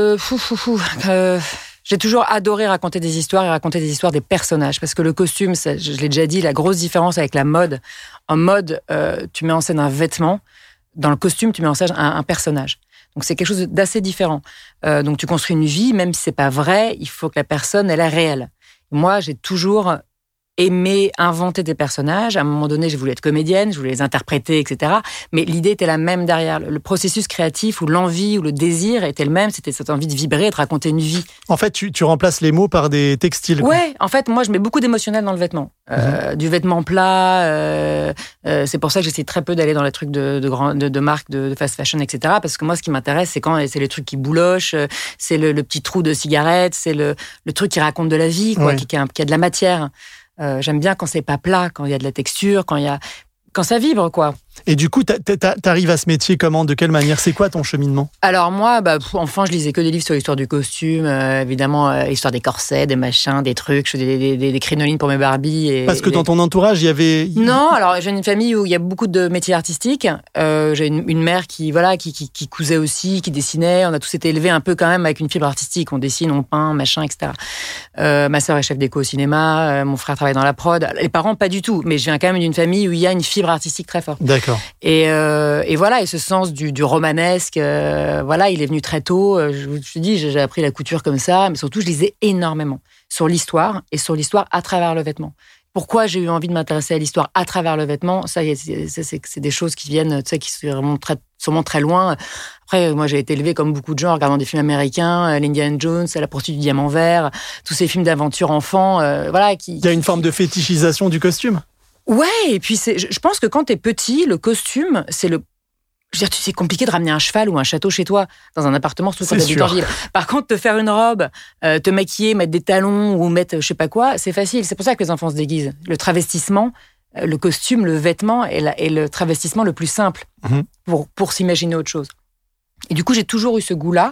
j'ai toujours adoré raconter des histoires des personnages, parce que le costume, je l'ai déjà dit, la grosse différence avec la mode. En mode, tu mets en scène un vêtement. Dans le costume, tu mets en scène un personnage. Donc c'est quelque chose d'assez différent. Donc tu construis une vie, même si c'est pas vrai, il faut que la personne elle est réelle. Moi, j'ai toujours aimé inventer des personnages. À un moment donné, j'ai voulu être comédienne, je voulais les interpréter, etc. Mais l'idée était la même derrière. Le processus créatif ou l'envie ou le désir était le même. C'était cette envie de vibrer et de raconter une vie. En fait, tu remplaces les mots par des textiles. Quoi. Ouais, en fait, moi, je mets beaucoup d'émotionnel dans le vêtement. Du vêtement plat. C'est pour ça que j'essaie très peu d'aller dans les trucs de marques, de fast fashion, etc. Parce que moi, ce qui m'intéresse, c'est les trucs qui boulochent, c'est le petit trou de cigarette, c'est le truc qui raconte de la vie, quoi, qui a de la matière. J'aime bien quand c'est pas plat, quand il y a de la texture, quand ça vibre, quoi. Et du coup, t'arrives à ce métier comment? De quelle manière? C'est quoi ton cheminement? Alors moi, enfant, je lisais que des livres sur l'histoire du costume, évidemment, l'histoire des corsets, des machins, des trucs. Je faisais des crinolines pour mes Barbies. Parce que dans ton entourage, il y avait... Non, alors j'ai une famille où il y a beaucoup de métiers artistiques. J'ai une mère qui cousait aussi, qui dessinait. On a tous été élevés un peu quand même avec une fibre artistique. On dessine, on peint, machin, etc. Ma sœur est chef déco au cinéma. Mon frère travaille dans la prod. Les parents, pas du tout. Mais je viens quand même d'une famille où il y a une fibre artistique très forte. D'accord. Et voilà, et ce sens du romanesque, il est venu très tôt. Je te dis, j'ai appris la couture comme ça, mais surtout, je lisais énormément sur l'histoire et sur l'histoire à travers le vêtement. Pourquoi j'ai eu envie de m'intéresser à l'histoire à travers le vêtement? Ça, c'est des choses qui viennent, tu sais, qui sont sûrement très loin. Après, moi, j'ai été élevée comme beaucoup de gens en regardant des films américains, l'Indiana Jones, La poursuite du diamant vert, tous ces films d'aventure enfants, Il y a une forme de fétichisation du costume. Ouais, et puis je pense que quand t'es petit, le costume, c'est compliqué de ramener un cheval ou un château chez toi, dans un appartement, surtout quand t'habites en ville. Par contre, te faire une robe, te maquiller, mettre des talons ou mettre je sais pas quoi, c'est facile. C'est pour ça que les enfants se déguisent. Le travestissement, le costume, le vêtement est le travestissement le plus simple pour s'imaginer autre chose. Et du coup, j'ai toujours eu ce goût-là.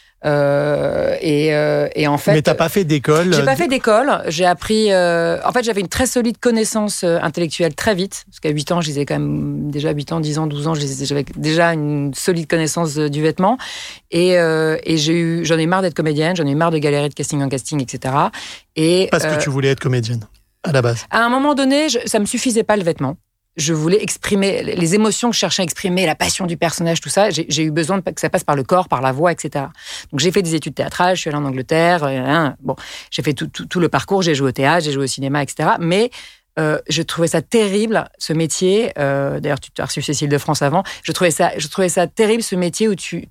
Et en fait, mais t'as pas fait d'école? J'ai pas fait d'école. J'ai appris. En fait, j'avais une très solide connaissance intellectuelle très vite, parce qu'à 8 ans, je lisais quand même déjà 8 ans, 10 ans, 12 ans, j'avais déjà une solide connaissance du vêtement. Et j'en ai marre d'être comédienne, j'en ai marre de galérer de casting en casting, etc. Parce que tu voulais être comédienne à la base. À un moment donné, ça me suffisait pas le vêtement. Je voulais exprimer les émotions que je cherchais à exprimer, la passion du personnage, tout ça. J'ai eu besoin que ça passe par le corps, par la voix, etc. Donc j'ai fait des études théâtrales, je suis allée en Angleterre. J'ai fait tout le parcours, j'ai joué au théâtre, j'ai joué au cinéma, etc. Mais je trouvais ça terrible, ce métier. D'ailleurs, tu as reçu Cécile de France avant. Je trouvais ça terrible, ce métier où tu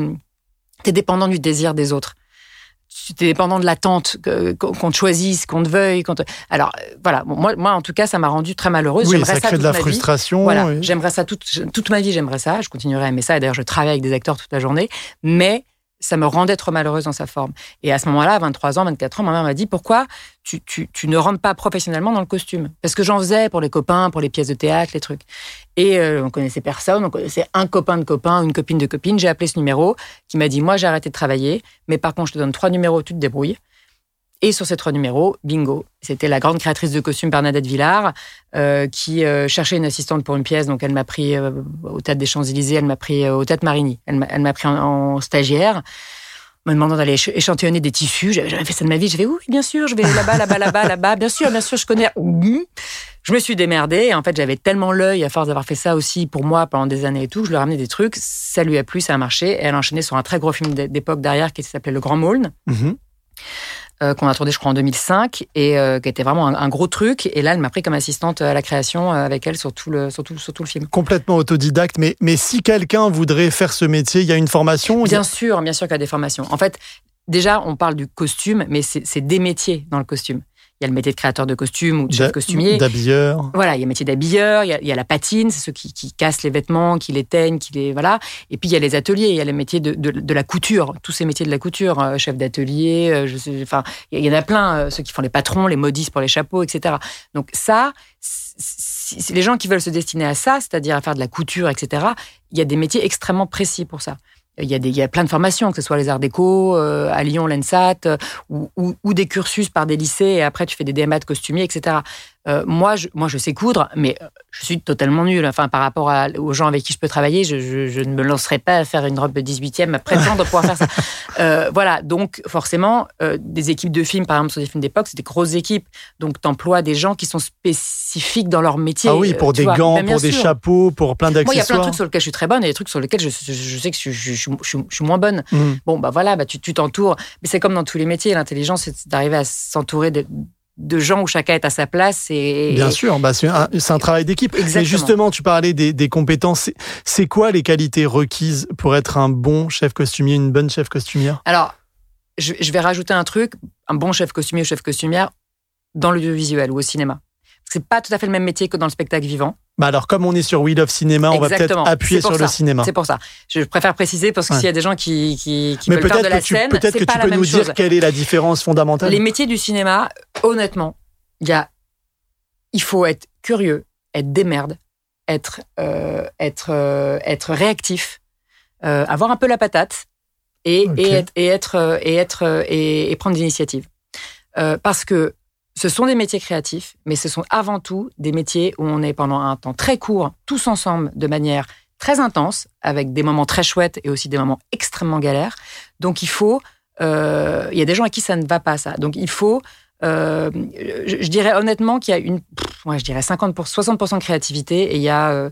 es dépendant du désir des autres. Tu es dépendant de l'attente, qu'on te choisisse, qu'on te veuille. Alors, voilà. Bon, moi, en tout cas, ça m'a rendue très malheureuse. Oui, j'aimerais ça crée de la frustration. Voilà, j'aimerais ça toute ma vie, j'aimerais ça. Je continuerai à aimer ça. Et d'ailleurs, je travaille avec des acteurs toute la journée. Mais ça me rendait trop malheureuse dans sa forme. Et à ce moment-là, à 23 ans, 24 ans, ma mère m'a dit, pourquoi tu ne rentres pas professionnellement dans le costume? Parce que j'en faisais pour les copains, pour les pièces de théâtre, les trucs. Et on connaissait personne, on connaissait un copain de copain, une copine de copine. J'ai appelé ce numéro qui m'a dit, moi, j'ai arrêté de travailler, mais par contre, je te donne 3 numéros, tu te débrouilles. Et sur ces 3 numéros, bingo. C'était la grande créatrice de costumes, Bernadette Villard, qui cherchait une assistante pour une pièce. Donc, elle m'a pris au Théâtre des Champs-Élysées, elle m'a pris au Théâtre Marigny. Elle m'a pris en stagiaire, me demandant d'aller échantillonner des tissus. J'avais jamais fait ça de ma vie. J'ai fait, oui, bien sûr, je vais là-bas. Bien sûr, je connais. Je me suis démerdée. Et en fait, j'avais tellement l'œil, à force d'avoir fait ça aussi pour moi pendant des années et tout. Je lui ramenais des trucs. Ça lui a plu, ça a marché. Et elle a enchaîné sur un très gros film d'époque derrière qui s'appelait Le Grand Maulne. Qu'on a tourné, je crois, en 2005, et qui était vraiment un gros truc. Et là, elle m'a pris comme assistante à la création avec elle sur tout le film. Complètement autodidacte, mais si quelqu'un voudrait faire ce métier, il y a une formation? Bien sûr qu'il y a des formations. En fait, déjà, on parle du costume, mais c'est des métiers dans le costume. Il y a le métier de créateur de costume ou de chef costumier. D'habilleur. Voilà, il y a le métier d'habilleur, il y a la patine, c'est ceux qui cassent les vêtements, qui les teignent, voilà. Et puis il y a les ateliers, il y a les métiers de la couture, tous ces métiers de la couture, chef d'atelier, il y en a plein, ceux qui font les patrons, les modistes pour les chapeaux, etc. Donc ça, les gens qui veulent se destiner à ça, c'est-à-dire à faire de la couture, etc., il y a des métiers extrêmement précis pour ça. Il y a plein de formations, que ce soit les arts déco, à Lyon, l'ENSAT, ou des cursus par des lycées, et après tu fais des DMA de costumier, etc. Moi, je sais coudre, mais je suis totalement nulle. Enfin, par rapport aux gens avec qui je peux travailler, je ne me lancerai pas à faire une robe de 18e, à prétendre pouvoir faire ça. Voilà, donc forcément, des équipes de films, par exemple sur des films d'époque, c'est des grosses équipes. Donc t'emploies des gens qui sont spécifiques dans leur métier. Ah oui, pour des gants, pour des chapeaux, pour plein d'accessoires. Moi, il y a plein de trucs sur lesquels je suis très bonne et des trucs sur lesquels je sais que je suis moins bonne. Bon, voilà, tu t'entoures. Mais c'est comme dans tous les métiers, l'intelligence, c'est d'arriver à s'entourer de gens où chacun est à sa place. Bien sûr, c'est un travail d'équipe. Exactement. Mais justement, tu parlais des compétences. C'est quoi les qualités requises pour être un bon chef costumier, une bonne chef costumière ? Alors, je vais rajouter un truc, un bon chef costumier ou chef costumière dans l'audiovisuel ou au cinéma. C'est pas tout à fait le même métier que dans le spectacle vivant. Alors, comme on est sur We Love Cinéma, on va peut-être appuyer sur le cinéma. C'est pour ça. Je préfère préciser parce que s'il y a des gens qui veulent faire de la scène, peut-être que tu peux nous dire quelle est la différence fondamentale. Les métiers du cinéma, honnêtement, il faut être curieux, être démerde, être réactif, avoir un peu la patate et prendre des initiatives. Parce que ce sont des métiers créatifs, mais ce sont avant tout des métiers où on est pendant un temps très court, tous ensemble, de manière très intense, avec des moments très chouettes et aussi des moments extrêmement galères. Donc il faut... il y a des gens à qui ça ne va pas, ça. Donc il faut... je dirais honnêtement qu'il y a je dirais 60% de créativité et il y a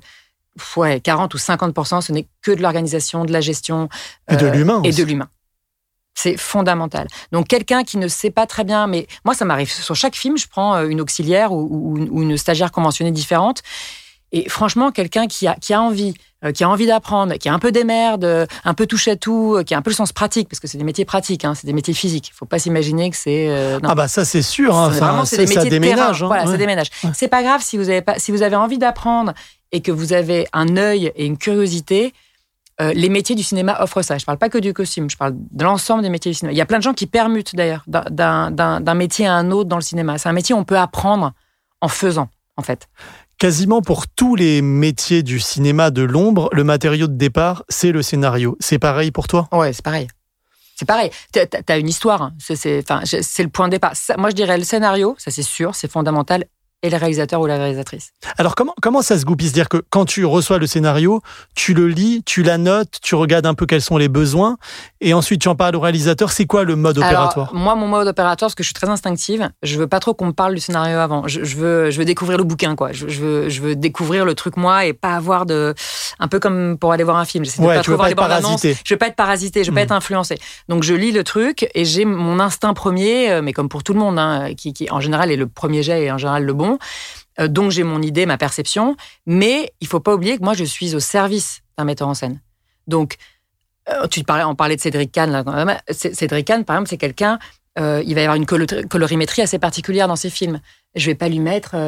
40 ou 50%, ce n'est que de l'organisation, de la gestion. Et de l'humain aussi. Et de l'humain. C'est fondamental. Donc, quelqu'un qui ne sait pas très bien, mais moi, ça m'arrive. Sur chaque film, je prends une auxiliaire ou une stagiaire conventionnée différente. Et franchement, quelqu'un qui a envie d'apprendre, qui a un peu d'émerde, un peu touche à tout, qui a un peu le sens pratique, parce que c'est des métiers pratiques, c'est des métiers physiques. Il ne faut pas s'imaginer que c'est... ça c'est sûr. C'est des métiers ça déménage. Voilà, ça déménage. Ouais. C'est pas grave si vous avez envie d'apprendre et que vous avez un œil et une curiosité. Les métiers du cinéma offrent ça. Je ne parle pas que du costume, je parle de l'ensemble des métiers du cinéma. Il y a plein de gens qui permutent d'ailleurs d'un métier à un autre dans le cinéma. C'est un métier où on peut apprendre en faisant, en fait. Quasiment pour tous les métiers du cinéma de l'ombre, le matériau de départ, c'est le scénario. C'est pareil pour toi ? Ouais, c'est pareil. C'est pareil. T'as une histoire. C'est le point de départ. Ça, moi, je dirais le scénario, ça c'est sûr, c'est fondamental. Et le réalisateur ou la réalisatrice. Alors, comment ça se goupille ? C'est-à-dire que quand tu reçois le scénario, tu le lis, tu l'annotes, tu regardes un peu quels sont les besoins, et ensuite tu en parles au réalisateur. C'est quoi le mode opératoire ? Alors, moi, mon mode opératoire, parce que je suis très instinctive, je veux pas trop qu'on me parle du scénario avant. Je veux découvrir le bouquin, quoi. Je veux découvrir le truc, moi, et pas avoir un peu comme pour aller voir un film. J'essaie de pas trop voir les bandes annonces. Je veux pas être parasité, je veux pas être influencé. Donc, je lis le truc, et j'ai mon instinct premier, mais comme pour tout le monde, qui en général est le premier jet et en général le bon. Donc j'ai mon idée, ma perception, mais il faut pas oublier que moi je suis au service d'un metteur en scène. Donc on parlait de Cédric Kahn là. Cédric Kahn par exemple, c'est quelqu'un, il va y avoir une colorimétrie assez particulière dans ses films. Je vais pas lui mettre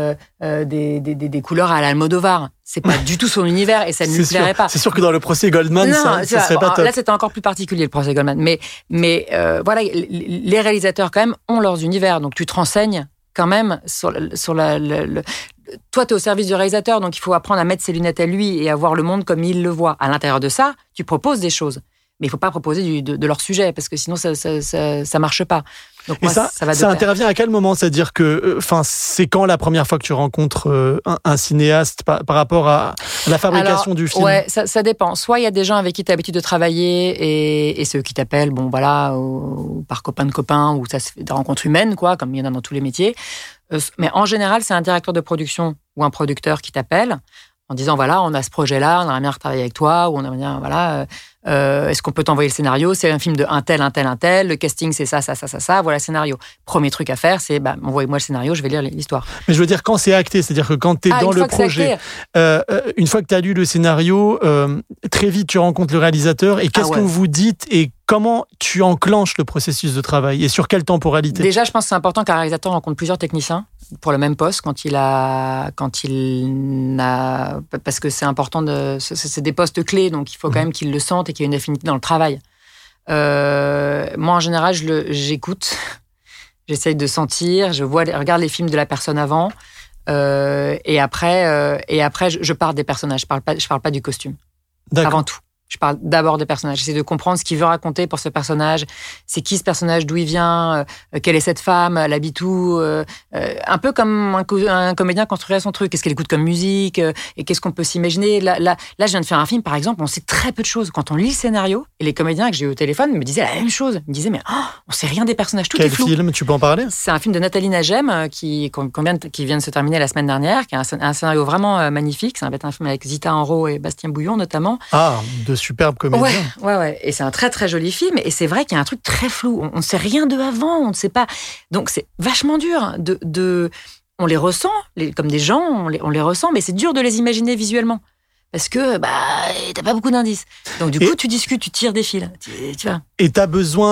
des couleurs à l'Almodovar. C'est pas du tout son univers et ça ne lui plairait pas. C'est sûr que dans le procès Goldman, ça serait pas top. Là, c'était encore plus particulier le procès Goldman. Mais voilà, les réalisateurs quand même ont leurs univers. Donc tu te renseignes quand même toi, tu es au service du réalisateur, donc il faut apprendre à mettre ses lunettes à lui et à voir le monde comme il le voit. À l'intérieur de ça, tu proposes des choses. Mais il ne faut pas proposer de leur sujet, parce que sinon, ça ne marche pas. Donc moi, ça va de pair. Intervient à quel moment ? C'est-à-dire que, c'est quand la première fois que tu rencontres un cinéaste par rapport à la fabrication du film ? Ouais, ça dépend. Soit il y a des gens avec qui tu as l'habitude de travailler et ceux qui t'appellent, ou par copain de copains, ou ça se fait des rencontres humaines, quoi, comme il y en a dans tous les métiers. Mais en général, c'est un directeur de production ou un producteur qui t'appelle en disant, voilà, on a ce projet-là, on aimerait bien retravailler avec toi, ou on aimerait bien, voilà, est-ce qu'on peut t'envoyer le scénario ? C'est un film de un tel, le casting, c'est ça, voilà le scénario. Premier truc à faire, c'est, envoyez-moi le scénario, je vais lire l'histoire. Mais je veux dire, quand c'est acté, c'est-à-dire que quand tu es dans le projet, une fois que tu as lu le scénario, très vite, tu rencontres le réalisateur, et qu'est-ce que vous dites, et comment tu enclenches le processus de travail et sur quelle temporalité? Déjà, je pense que c'est important qu'un réalisateur rencontre plusieurs techniciens pour le même poste parce que c'est important c'est des postes clés, donc il faut quand même qu'ils le sentent et qu'il y ait une affinité dans le travail. Moi, en général, j'écoute, j'essaye de sentir, je regarde les films de la personne avant, et après, je pars des personnages. Je parle pas du costume. D'accord. Avant tout. Je parle d'abord des personnages. J'essaie de comprendre ce qu'il veut raconter pour ce personnage. C'est qui ce personnage, d'où il vient, quelle est cette femme, elle habite où, un peu comme un comédien construirait son truc. Qu'est-ce qu'elle écoute comme musique, et qu'est-ce qu'on peut s'imaginer. Là, je viens de faire un film, par exemple, on sait très peu de choses. Quand on lit le scénario, et les comédiens que j'ai eu au téléphone me disaient la même chose. Ils me disaient, mais on sait rien des personnages, tout est flou. Quel film, tu peux en parler? C'est un film de Nathalie Nagem qui vient de se terminer la semaine dernière, qui a un scénario vraiment magnifique. C'est un film avec Zita Enro et Bastien Bouillon, notamment. Ah, de superbes comédiens. Ouais. Et c'est un très, très joli film. Et c'est vrai qu'il y a un truc très flou. On ne sait rien d'eux avant. On ne sait pas. Donc, c'est vachement dur on les ressent, comme des gens, on les ressent, mais c'est dur de les imaginer visuellement. Parce que, t'as pas beaucoup d'indices. Donc, du coup, tu discutes, tu tires des fils. Tu vois. Et t'as besoin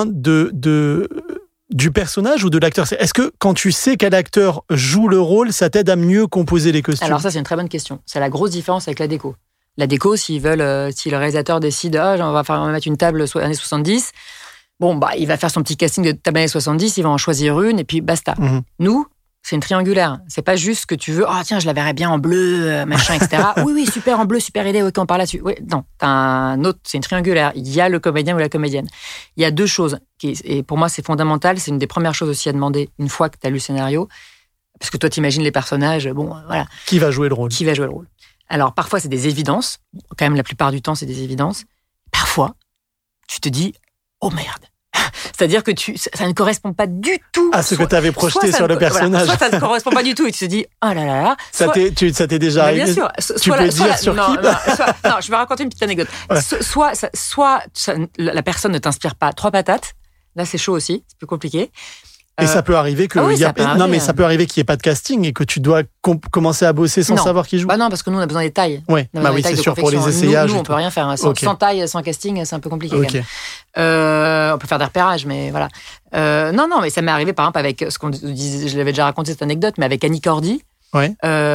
du personnage ou de l'acteur? Est-ce que quand tu sais quel acteur joue le rôle, ça t'aide à mieux composer les costumes? Alors ça, c'est une très bonne question. C'est la grosse différence avec la déco. La déco, si le réalisateur décide, on va mettre une table années 70, il va faire son petit casting de table années 70, il va en choisir une et puis basta. Mm-hmm. Nous, c'est une triangulaire. C'est pas juste que tu veux, tiens, je la verrais bien en bleu, machin, etc. Oui, super, en bleu, super idée, ok, on parle là-dessus. Oui, non, t'as un autre, c'est une triangulaire. Il y a le comédien ou la comédienne. Il y a deux choses, et pour moi, c'est fondamental. C'est une des premières choses aussi à demander une fois que t'as lu le scénario. Parce que toi, t'imagines les personnages, voilà. Qui va jouer le rôle? Alors, parfois, c'est des évidences. Quand même, la plupart du temps, c'est des évidences. Parfois, tu te dis, oh merde. C'est-à-dire que ça ne correspond pas du tout à ce que tu avais projeté sur le personnage. Soit ça ne correspond pas du tout et tu te dis, oh là là là. Ça t'est déjà arrivé? Bien sûr. Tu peux dire sur qui? Non, je vais raconter une petite anecdote. Ouais. Soit la personne ne t'inspire pas trois patates. Là, c'est chaud aussi. C'est plus compliqué. Et ça peut arriver que ça peut arriver qu'il n'y ait pas de casting et que tu dois commencer à bosser sans savoir qui joue. Non, parce que nous on a besoin des tailles. Oui, c'est sûr pour les essayages. Nous on peut rien faire sans taille, sans casting, c'est un peu compliqué. Okay. On peut faire des repérages, mais voilà. Non, mais ça m'est arrivé par exemple avec ce qu'on disait, je l'avais déjà raconté cette anecdote, mais avec Annie Cordy. Ouais.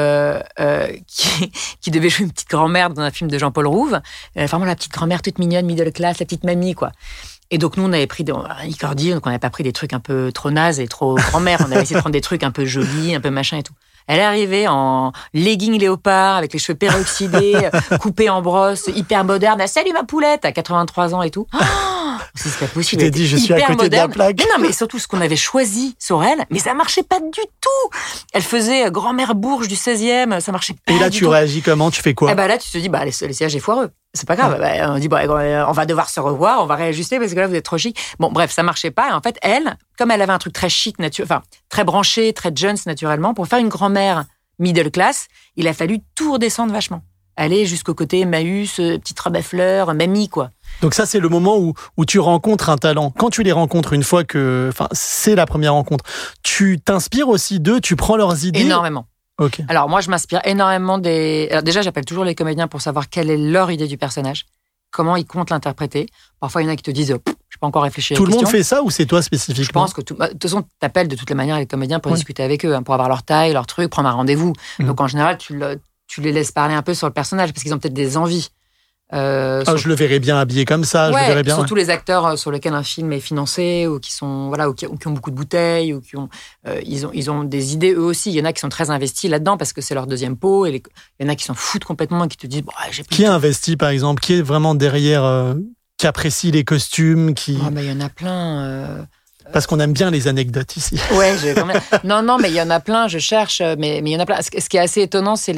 Qui devait jouer une petite grand-mère dans un film de Jean-Paul Rouve. Vraiment la petite grand-mère toute mignonne, middle class, la petite mamie quoi. Et donc, nous, on avait pris Annie Cordy, donc on n'avait pas pris des trucs un peu trop nazes et trop grand-mère. On avait essayé de prendre des trucs un peu jolis, un peu machin et tout. Elle est arrivée en legging léopard, avec les cheveux peroxydés, coupés en brosse, hyper moderne. Ah, salut ma poulette, à 83 ans et tout. C'est pas possible. Tu t'es dit, je suis à côté de la plaque. Mais non, mais surtout ce qu'on avait choisi sur elle, mais ça marchait pas du tout. Elle faisait grand-mère bourge du 16e, ça marchait pas. Et là, tu réagis comment? Tu fais quoi? Là, tu te dis, l'essayage est foireux. C'est pas grave. On dit, on va devoir se revoir, on va réajuster parce que là, vous êtes trop chic. Bref, ça marchait pas. Et en fait, elle, comme elle avait un truc très chic, très branché, très Jones naturellement, pour faire une grand-mère middle class, il a fallu tout redescendre vachement. Aller jusqu'au côté Emmaüs, petite robe à fleurs, mamie, quoi. Donc ça, c'est le moment où tu rencontres un talent. Quand tu les rencontres, une fois c'est la première rencontre, tu t'inspires aussi d'eux, tu prends leurs idées? Énormément. Okay. Alors moi, je m'inspire énormément Alors déjà, j'appelle toujours les comédiens pour savoir quelle est leur idée du personnage, comment ils comptent l'interpréter. Parfois, il y en a qui te disent, je n'ai pas encore réfléchi à la question. Tout le monde fait ça ou c'est toi spécifiquement? Je pense que de toute façon, tu appelles de toutes les manières les comédiens pour discuter avec eux, pour avoir leur taille, leur truc, prendre un rendez-vous. Donc en général, tu les laisses parler un peu sur le personnage parce qu'ils ont peut-être des envies. Je le verrais bien habillé comme ça. Ouais, je le verrais bien. Surtout les acteurs sur lesquels un film est financé ou qui sont ou qui ont beaucoup de bouteilles ou qui ont ils ont des idées eux aussi. Il y en a qui sont très investis là-dedans parce que c'est leur deuxième pot. Il y en a qui s'en foutent complètement et qui te disent qui est investi par exemple, qui est vraiment derrière, qui apprécie les costumes, qui. Il y en a plein. Parce qu'on aime bien les anecdotes ici. Ouais, non, mais il y en a plein, je cherche, mais il y en a plein. Ce qui est assez étonnant, c'est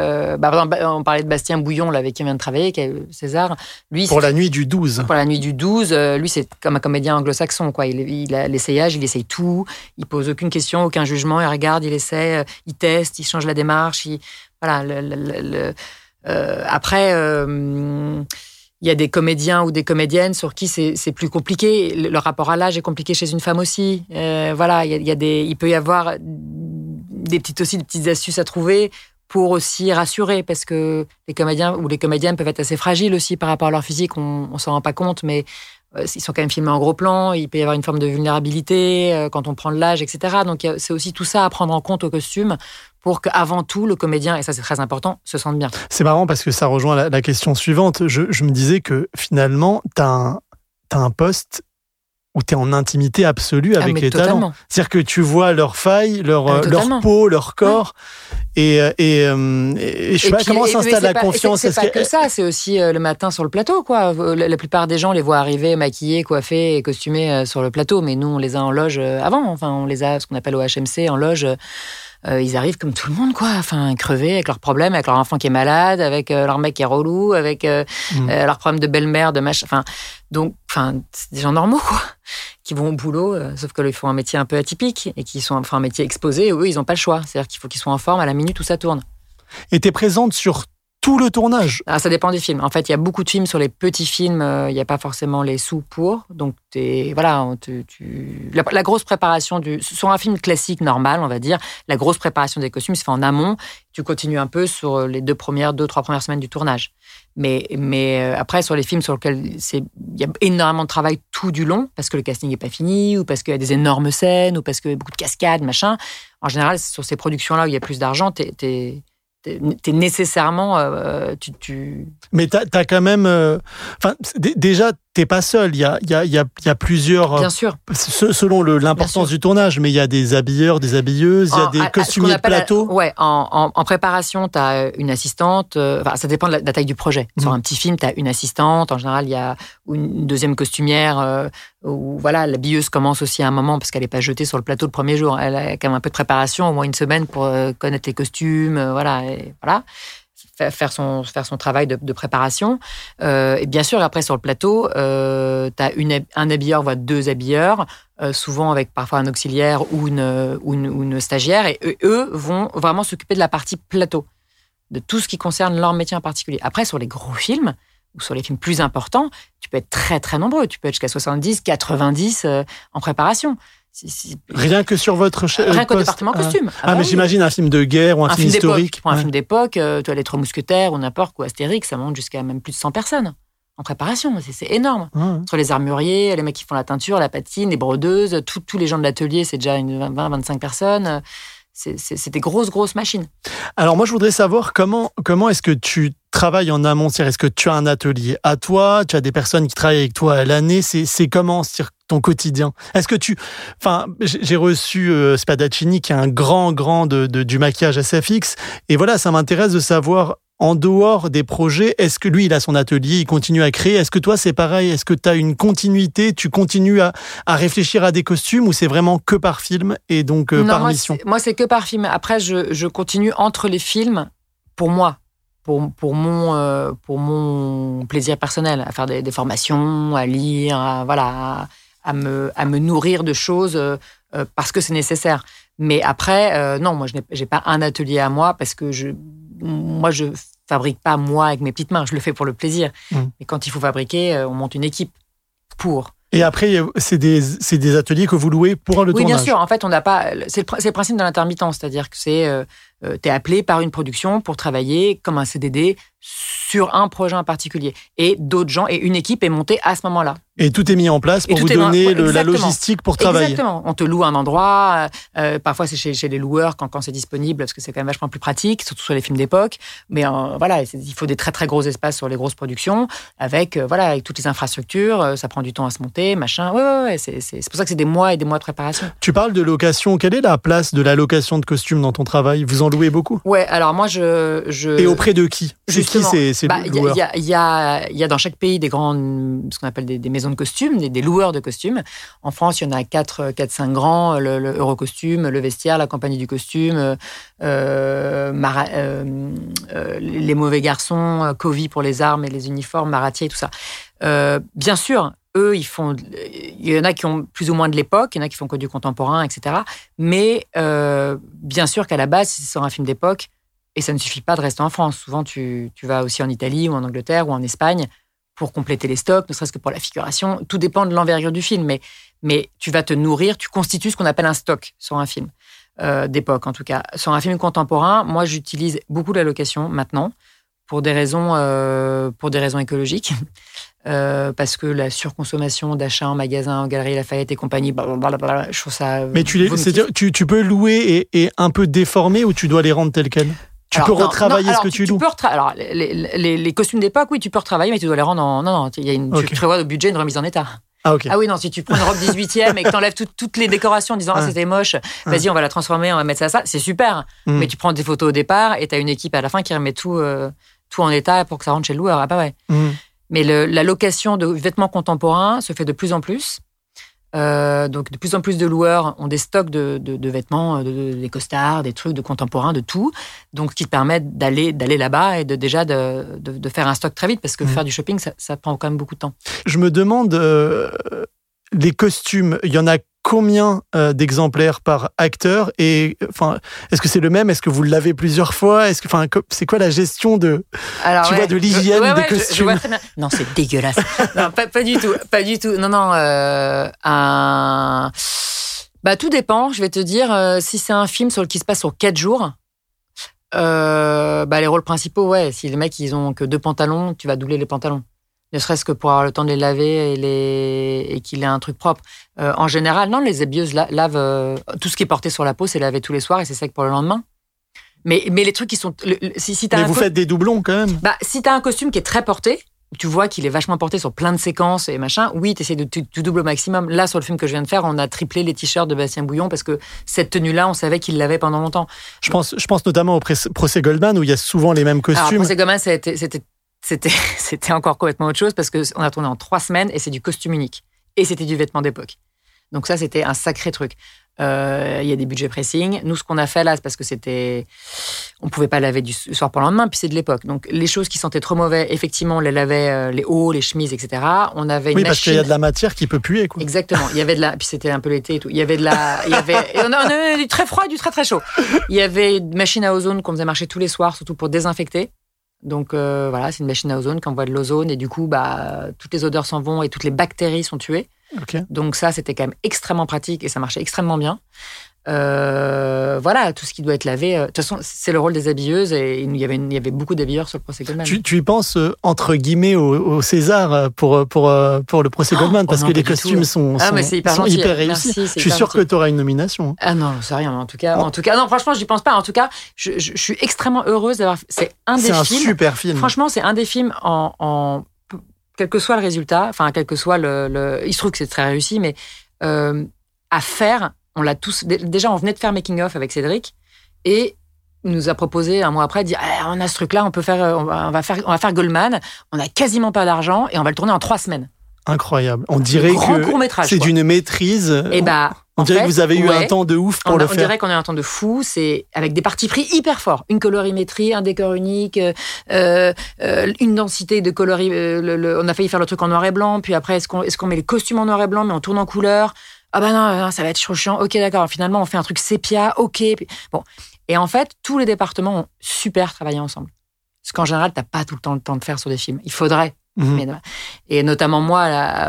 on parlait de Bastien Bouillon, là, avec qui on vient de travailler, qui a eu César. Lui, pour la nuit du 12. Pour la nuit du 12, lui, c'est comme un comédien anglo-saxon, quoi. Il a l'essayage, il essaye tout, il pose aucune question, aucun jugement, il regarde, il essaie, il teste, il change la démarche, après... Il y a des comédiens ou des comédiennes sur qui c'est plus compliqué. Le rapport à l'âge est compliqué chez une femme aussi. Il peut y avoir des petites astuces à trouver pour aussi rassurer, parce que les comédiens ou les comédiennes peuvent être assez fragiles aussi par rapport à leur physique. On s'en rend pas compte, mais ils sont quand même filmés en gros plan, il peut y avoir une forme de vulnérabilité quand on prend de l'âge, etc. Donc c'est aussi tout ça à prendre en compte au costume pour qu'avant tout, le comédien, et ça c'est très important, se sente bien. C'est marrant parce que ça rejoint la question suivante. Je me disais que finalement, t'as un poste où tu es en intimité absolue avec les talents. C'est-à-dire que tu vois leurs failles, leur peau, leur corps, et je sais pas comment s'installe la confiance. C'est pas que ça, c'est aussi le matin sur le plateau, quoi. La plupart des gens les voient arriver maquillés, coiffés et costumés sur le plateau, mais nous, on les a en loge avant. Enfin, on les a, ce qu'on appelle au HMC, en loge. Ils arrivent comme tout le monde, quoi. Enfin, crevés, avec leurs problèmes, avec leur enfant qui est malade, avec leur mec qui est relou, avec leurs problèmes de belle-mère, de machin. Enfin, c'est des gens normaux, quoi, qui vont au boulot, sauf que ils font un métier un peu atypique et qui font un métier exposé. Et eux, ils n'ont pas le choix. C'est-à-dire qu'il faut qu'ils soient en forme à la minute où ça tourne. Et t'es présente sur tout le tournage? Ça dépend des films. En fait, il y a beaucoup de films sur les petits films. Il n'y a pas forcément les sous pour. Donc, la grosse préparation sur un film classique normal, on va dire, la grosse préparation des costumes se fait en amont. Tu continues un peu sur les 2-3 premières semaines du tournage. Mais après, sur les films sur lesquels il y a énormément de travail tout du long, parce que le casting n'est pas fini, ou parce qu'il y a des énormes scènes, ou parce qu'il y a beaucoup de cascades, machin. En général, sur ces productions-là où il y a plus d'argent, t'es nécessairement Mais t'as quand même déjà t'es pas seul, il y a plusieurs, bien sûr, selon l'importance du tournage, mais il y a des habilleurs, des habilleuses, il y a des costumiers de plateau. En préparation t'as une assistante, ça dépend de la taille du projet. Sur un petit film t'as une assistante, en général il y a une deuxième costumière, où l'habilleuse commence aussi à un moment parce qu'elle est pas jetée sur le plateau le premier jour, elle a quand même un peu de préparation, au moins une semaine pour connaître les costumes, faire son travail de préparation. Et bien sûr, après, sur le plateau, tu as un habilleur, voire 2 habilleurs, souvent avec parfois un auxiliaire ou une stagiaire, et eux vont vraiment s'occuper de la partie plateau, de tout ce qui concerne leur métier en particulier. Après, sur les gros films, ou sur les films plus importants, tu peux être très, très nombreux. Tu peux être jusqu'à 70, 90 en préparation. Rien que sur votre rien qu'au département costume. Mais j'imagine un film de guerre ou un film historique. Tu prends un film d'époque, tu as les 3 Mousquetaires ou n'importe quoi, Astérix, ça monte jusqu'à même plus de 100 personnes en préparation. C'est énorme. Entre les armuriers, les mecs qui font la teinture, la patine, les brodeuses, tous les gens de l'atelier, c'est déjà une 20-25 personnes. C'est des grosses machines. Alors moi, je voudrais savoir comment est-ce que tu travailles en amont? Est-ce que tu as un atelier à toi? Tu as des personnes qui travaillent avec toi à l'année? C'est comment ton quotidien? Est-ce que j'ai reçu Spadaccini, qui est un grand du maquillage SFX, et voilà, ça m'intéresse de savoir, en dehors des projets, est-ce que lui, il a son atelier, il continue à créer? Est-ce que toi, c'est pareil? Est-ce que tu as une continuité? Tu continues à réfléchir à des costumes, ou c'est vraiment que par film et donc par mission? Moi, c'est que par film. Après, je continue entre les films, pour moi, pour mon plaisir personnel, à faire des formations, à lire, à me nourrir de choses parce que c'est nécessaire. Mais après, non, moi, j'ai pas un atelier à moi, parce que je fabrique pas moi avec mes petites mains, je le fais pour le plaisir. Et quand il faut fabriquer, on monte une équipe pour. Et après, c'est des ateliers que vous louez pour le tournage? Oui, bien sûr. En fait, on n'a pas. C'est le principe de l'intermittence, c'est-à-dire que t'es appelé par une production pour travailler comme un CDD sur un projet en particulier. Et d'autres gens, et une équipe est montée à ce moment-là. Et tout est mis en place pour vous donner la logistique pour travailler. Exactement. On te loue un endroit. Parfois, c'est chez les loueurs quand c'est disponible, parce que c'est quand même vachement plus pratique, surtout sur les films d'époque. Mais il faut des très, très gros espaces sur les grosses productions, avec toutes les infrastructures. Ça prend du temps à se monter, machin. Ouais. C'est pour ça que c'est des mois et des mois de préparation. Tu parles de location. Quelle est la place de la location de costumes dans ton travail? Vous en louez beaucoup? Ouais, alors moi, Et auprès de qui? C'est qui ces loueurs? Il y a dans chaque pays ce qu'on appelle des maisons de costumes, des loueurs de costumes. En France, il y en a 4-5 grands, le Eurocostume, le Vestiaire, la Compagnie du Costume, les Mauvais Garçons, Covey pour les armes et les uniformes, Maratier, tout ça. Bien sûr, eux, il y en a qui ont plus ou moins de l'époque, il y en a qui font que du contemporain, etc. Mais bien sûr qu'à la base, si c'est sur un film d'époque, et ça ne suffit pas de rester en France. Souvent, tu vas aussi en Italie ou en Angleterre ou en Espagne pour compléter les stocks, ne serait-ce que pour la figuration. Tout dépend de l'envergure du film, mais tu vas te nourrir, tu constitues ce qu'on appelle un stock sur un film, d'époque en tout cas. Sur un film contemporain, moi, j'utilise beaucoup la location maintenant, pour des raisons écologiques. parce que la surconsommation d'achats en magasin, en galerie Lafayette et compagnie, blablabla, je trouve ça. Mais c'est-à-dire, tu peux louer et un peu déformer ou tu dois les rendre tels quels? Tu peux retravailler ce que tu loues. Alors, les costumes d'époque, oui, tu peux retravailler, mais tu dois les rendre en. Non, il y a tu prévois au budget une remise en état. Ah, ok. Ah oui, non, si tu prends une robe 18e et que t'enlèves toutes les décorations en disant c'était moche, vas-y, on va la transformer, on va mettre ça, c'est super. Mais tu prends des photos au départ et t'as une équipe à la fin qui remet tout en état pour que ça rentre chez le loueur. Ah, bah ouais. Mais la location de vêtements contemporains se fait de plus en plus. Donc, de plus en plus de loueurs ont des stocks de vêtements, des costards, des trucs de contemporains, de tout. Donc, qui te permettent d'aller là-bas et de faire un stock très vite parce que faire du shopping, ça prend quand même beaucoup de temps. Je me demande, les costumes, il y en a combien d'exemplaires par acteur et enfin, est-ce que c'est le même? Est-ce que vous l'avez plusieurs fois? C'est quoi la gestion de l'hygiène des costumes? Je vois très bien. Non, c'est dégueulasse. Non, pas du tout. Non. Tout dépend. Je vais te dire, si c'est un film qui se passe sur 4 jours, les rôles principaux, ouais. Si les mecs ils ont que 2 pantalons, tu vas doubler les pantalons. Ne serait-ce que pour avoir le temps de les laver et qu'il ait un truc propre. En général, non, les habilleuses lavent tout ce qui est porté sur la peau, c'est lavé tous les soirs et c'est sec pour le lendemain. Mais les trucs qui sont... Mais vous faites des doublons quand même. Si t'as un costume qui est très porté, tu vois qu'il est vachement porté sur plein de séquences et machin, oui, t'essaies de tu doubles au maximum. Là, sur le film que je viens de faire, on a triplé les t-shirts de Bastien Bouillon parce que cette tenue-là, on savait qu'il l'avait pendant longtemps. Je pense notamment au procès Goldman où il y a souvent les mêmes costumes. Alors, procès Goldman, c'était encore complètement autre chose parce qu'on a tourné en 3 semaines et c'est du costume unique. Et c'était du vêtement d'époque. Donc ça, c'était un sacré truc. Il y a des budgets pressing. Nous, ce qu'on a fait là, c'est parce que on pouvait pas laver du soir pour le lendemain, puis c'est de l'époque. Donc les choses qui sentaient trop mauvais, effectivement, on les lavait, les hauts, les chemises, etc. On avait une machine. Parce qu'il y a de la matière qui peut puer, quoi. Exactement. Il y avait puis c'était un peu l'été et tout. On avait du très froid et du très très chaud. Il y avait une machine à ozone qu'on faisait marcher tous les soirs, surtout pour désinfecter. Donc c'est une machine à ozone qui envoie de l'ozone et du coup toutes les odeurs s'en vont et toutes les bactéries sont tuées. Okay. Donc ça c'était quand même extrêmement pratique et ça marchait extrêmement bien. Tout ce qui doit être lavé. De toute façon c'est le rôle des habilleuses et il y avait beaucoup d'habilleurs sur le procès Goldman. Tu y penses entre guillemets au César pour le procès Goldman parce que les costumes sont hyper réussis. Je suis sûr que tu auras une nomination. Ah non, je sais rien. En tout cas, non, franchement, j'y pense pas. En tout cas, je suis extrêmement heureuse d'avoir. C'est un super film. Franchement, c'est un des films en quel que soit le résultat, enfin quel que soit il se trouve que c'est très réussi, mais à faire, on l'a tous. Déjà, on venait de faire Making of avec Cédric et il nous a proposé un mois après de dire on a ce truc-là, on va faire Goldman. On a quasiment pas d'argent et on va le tourner en 3 semaines. Incroyable. On dirait que c'est d'une maîtrise. Et on dirait que vous avez eu un temps de ouf pour le faire. On dirait qu'on a eu un temps de fou. C'est avec des partis pris hyper forts. Une colorimétrie, un décor unique, une densité de coloris. On a failli faire le truc en noir et blanc. Puis après, est-ce qu'on met les costumes en noir et blanc, mais on tourne en couleur? Ah non, ça va être trop chiant. Ok, d'accord. Finalement, on fait un truc sépia. Ok. Bon. Et en fait, tous les départements ont super travaillé ensemble. Parce qu'en général, t'as pas tout le temps de faire sur des films. Il faudrait. Et notamment moi,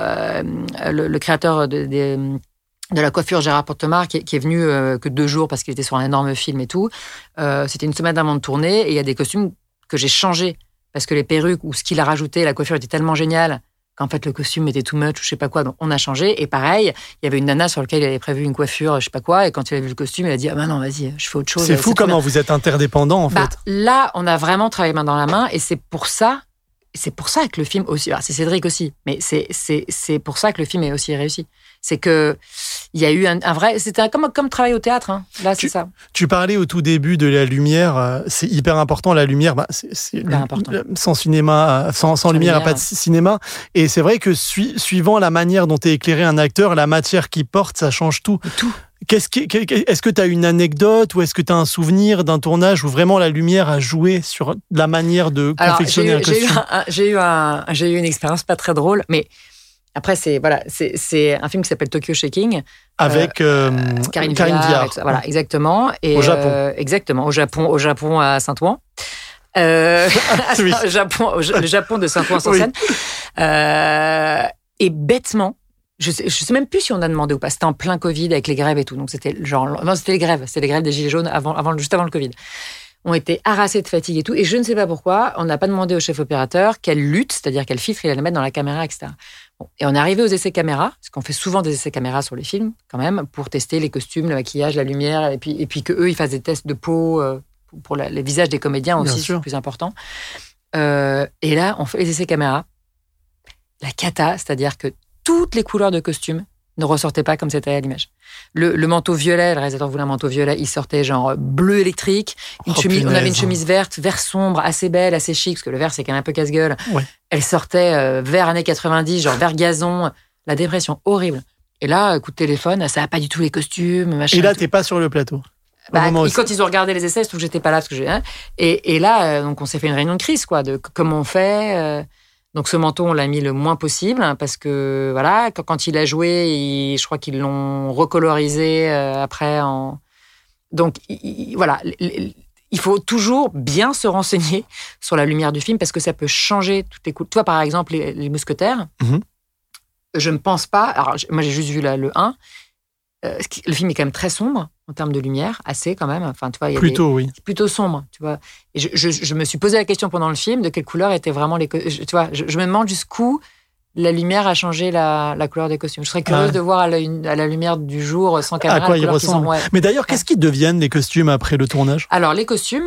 le créateur de la coiffure, Gérard Portemar, qui est venu que 2 jours parce qu'il était sur un énorme film et tout. C'était une semaine avant de tourner et il y a des costumes que j'ai changés parce que les perruques ou ce qu'il a rajouté, la coiffure était tellement géniale qu'en fait le costume était too much ou je sais pas quoi, donc on a changé. Et pareil, il y avait une nana sur laquelle il avait prévu une coiffure, je sais pas quoi, et quand il a vu le costume, il a dit non, vas-y, je fais autre chose. C'est fou comment vous êtes interdépendants en fait. Là, on a vraiment travaillé main dans la main et c'est pour ça que le film aussi, c'est Cédric aussi, mais c'est pour ça que le film est aussi réussi. C'est que il y a eu un vrai, c'était comme travailler au théâtre. Hein. Là, c'est ça. Tu parlais au tout début de la lumière. C'est hyper important. La lumière, c'est important. Sans cinéma, sans lumière, il n'y a pas de cinéma. Et c'est vrai que suivant la manière dont est éclairé un acteur, la matière qu'il porte, ça change tout. Tout. Est-ce que tu as une anecdote ou est-ce que tu as un souvenir d'un tournage où vraiment la lumière a joué sur la manière de confectionner un costume? J'ai eu une expérience pas très drôle, mais après c'est un film qui s'appelle Tokyo Shaking avec Karine Viard. Voilà, exactement. Et au Japon. Exactement, au Japon à Saint-Ouen. Le Japon de Saint-Ouen-sur-Seine. Et bêtement. Je sais même plus si on a demandé ou pas. C'était en plein Covid avec les grèves et tout. Donc c'était les grèves. C'était les grèves des Gilets jaunes juste avant le Covid. ont été harassés de fatigue et tout. Et je ne sais pas pourquoi, on n'a pas demandé au chef opérateur quelle lutte, c'est-à-dire quel filtre il allait mettre dans la caméra, etc. Bon, et on est arrivé aux essais caméra, parce qu'on fait souvent des essais caméra sur les films, quand même, pour tester les costumes, le maquillage, la lumière, et puis qu'eux, ils fassent des tests de peau pour les visages des comédiens aussi, c'est le plus important. Et là, on fait les essais caméra. La cata, c'est-à-dire que toutes les couleurs de costumes ne ressortaient pas comme c'était à l'image. Le manteau violet, le réalisateur voulait un manteau violet, il sortait genre bleu électrique. On avait une chemise verte, vert sombre, assez belle, assez chic, parce que le vert, c'est quand même un peu casse-gueule. Ouais. Elle sortait vert années 90, genre vert gazon. La dépression, horrible. Et là, coup de téléphone, ça n'a pas du tout les costumes, machin. Et là, t'es pas sur le plateau. Quand ils ont regardé les essais, je trouve que j'étais pas là. Parce que et là, donc on s'est fait une réunion de crise, quoi, de comment on fait. Donc ce manteau, on l'a mis le moins possible parce que voilà, quand il a joué, je crois qu'ils l'ont recolorisé après. Donc voilà, il faut toujours bien se renseigner sur la lumière du film parce que ça peut changer toutes les couleurs. Toi, par exemple, les Mousquetaires, je ne pense pas. Alors moi, j'ai juste vu le 1. Le film est quand même très sombre en termes de lumière, assez quand même. Enfin, tu vois, oui. Plutôt sombre, tu vois. Et je me suis posé la question pendant le film de quelle couleur étaient vraiment les. Tu vois, je me demande jusqu'où la lumière a changé la couleur des costumes. Je serais curieuse de voir à la lumière du jour sans caméra à quoi ils ressemblent. Mais d'ailleurs, qu'est-ce qu'ils deviennent les costumes après le tournage ? Alors les costumes.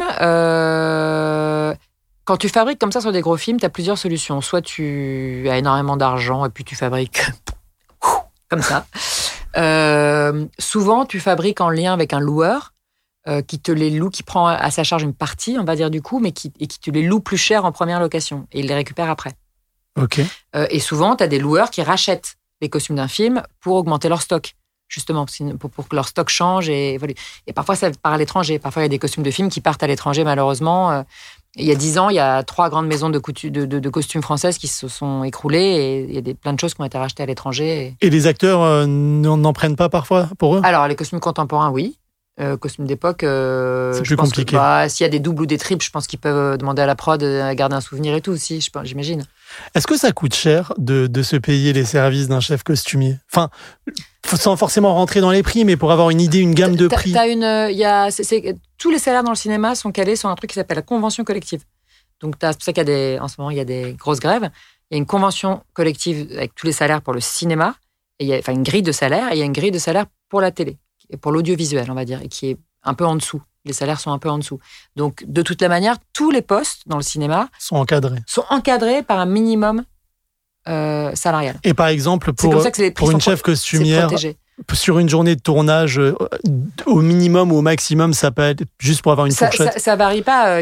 Quand tu fabriques comme ça sur des gros films, tu as plusieurs solutions. Soit tu as énormément d'argent et puis tu fabriques comme ça. Souvent, tu fabriques en lien avec un loueur qui te les loue, qui prend à sa charge une partie, on va dire, du coup, mais qui te les loue plus cher en première location et il les récupère après. Ok. Et souvent, tu as des loueurs qui rachètent les costumes d'un film pour augmenter leur stock, justement, pour que leur stock change et évolue. Et parfois, ça part à l'étranger. Parfois, il y a des costumes de films qui partent à l'étranger, malheureusement. Il y a 10 ans, il y a 3 grandes maisons de costumes françaises qui se sont écroulées et il y a plein de choses qui ont été rachetées à l'étranger. Et les acteurs n'en prennent pas parfois pour eux ? Alors, les costumes contemporains, oui. Costumes d'époque, c'est plus compliqué. S'il y a des doubles ou des triples, je pense qu'ils peuvent demander à la prod de garder un souvenir et tout aussi, j'imagine. Est-ce que ça coûte cher de se payer les services d'un chef costumier ? Enfin, sans forcément rentrer dans les prix, mais pour avoir une idée, une gamme de prix. Tous les salaires dans le cinéma sont calés sur un truc qui s'appelle la convention collective. Donc, c'est pour ça qu'en ce moment, il y a des grosses grèves. Il y a une convention collective avec tous les salaires pour le cinéma, et il y a une grille de salaire, et il y a une grille de salaire pour la télé, et pour l'audiovisuel, on va dire, et qui est un peu en dessous. Les salaires sont un peu en dessous. Donc, de toute la manière, tous les postes dans le cinéma sont encadrés par un minimum salarial. Et par exemple, pour une chef costumière, sur une journée de tournage, au minimum ou au maximum, ça peut être juste pour avoir une fourchette. Ça varie pas.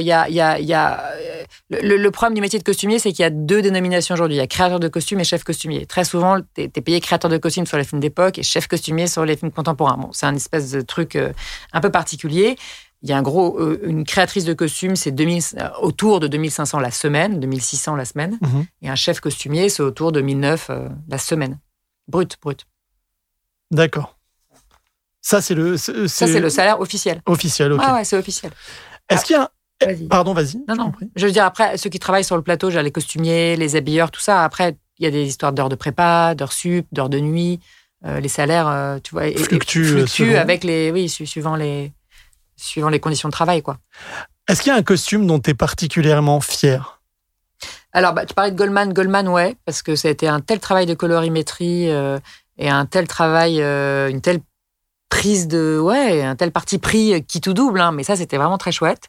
Le problème du métier de costumier, c'est qu'il y a 2 dénominations aujourd'hui. Il y a créateur de costumes et chef costumier. Très souvent, t'es payé créateur de costumes sur les films d'époque et chef costumier sur les films contemporains. Bon, c'est un espèce de truc un peu particulier. Il y a une créatrice de costumes, c'est autour de 2500 la semaine, 2600 la semaine. Mm-hmm. Et un chef costumier, c'est autour de 1009 la semaine. Brut. D'accord. Ça, c'est le salaire officiel. Officiel, ok. Ah ouais, c'est officiel. Est-ce qu'il y a... Vas-y. Pardon, vas-y. Non. Je veux dire, après, ceux qui travaillent sur le plateau, les costumiers, les habilleurs, tout ça, après, il y a des histoires d'heures de prépa, d'heures sup, d'heures de nuit. Les salaires, tu vois, fluctuent avec suivant les conditions de travail, quoi. Est-ce qu'il y a un costume dont tu es particulièrement fier ? Alors, tu parlais de Goldman. Goldman, ouais, parce que ça a été un tel travail de colorimétrie et un tel travail, une telle prise un tel parti pris qui tout double, hein, mais ça, c'était vraiment très chouette.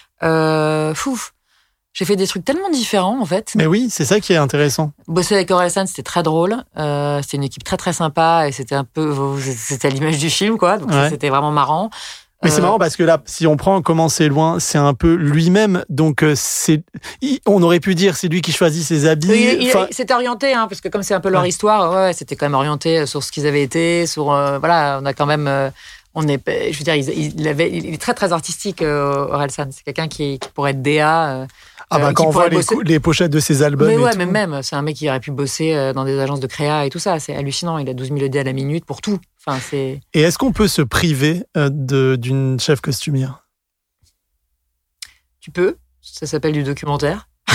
J'ai fait des trucs tellement différents, en fait. Mais oui, c'est ça qui est intéressant. Bosser avec Orelsan, c'était très drôle. C'était une équipe très, très sympa et c'était à l'image du film, quoi. Donc, c'était vraiment marrant. Mais c'est marrant parce que là, si on prend Comment c'est loin, c'est un peu lui-même. Donc, on aurait pu dire c'est lui qui choisit ses habits. Il s'est orienté, hein, parce que comme c'est un peu leur histoire, c'était quand même orienté sur ce qu'ils avaient été, sur on a quand même. Je veux dire, il est très très artistique, Orelsan. C'est quelqu'un qui pourrait être DA. Quand on voit les pochettes de ses albums. Mais même, c'est un mec qui aurait pu bosser dans des agences de créa et tout ça. C'est hallucinant. Il a 12 000 idées à la minute pour tout. Enfin, c'est... Et est-ce qu'on peut se priver d'une chef costumière ? Tu peux. Ça s'appelle du documentaire.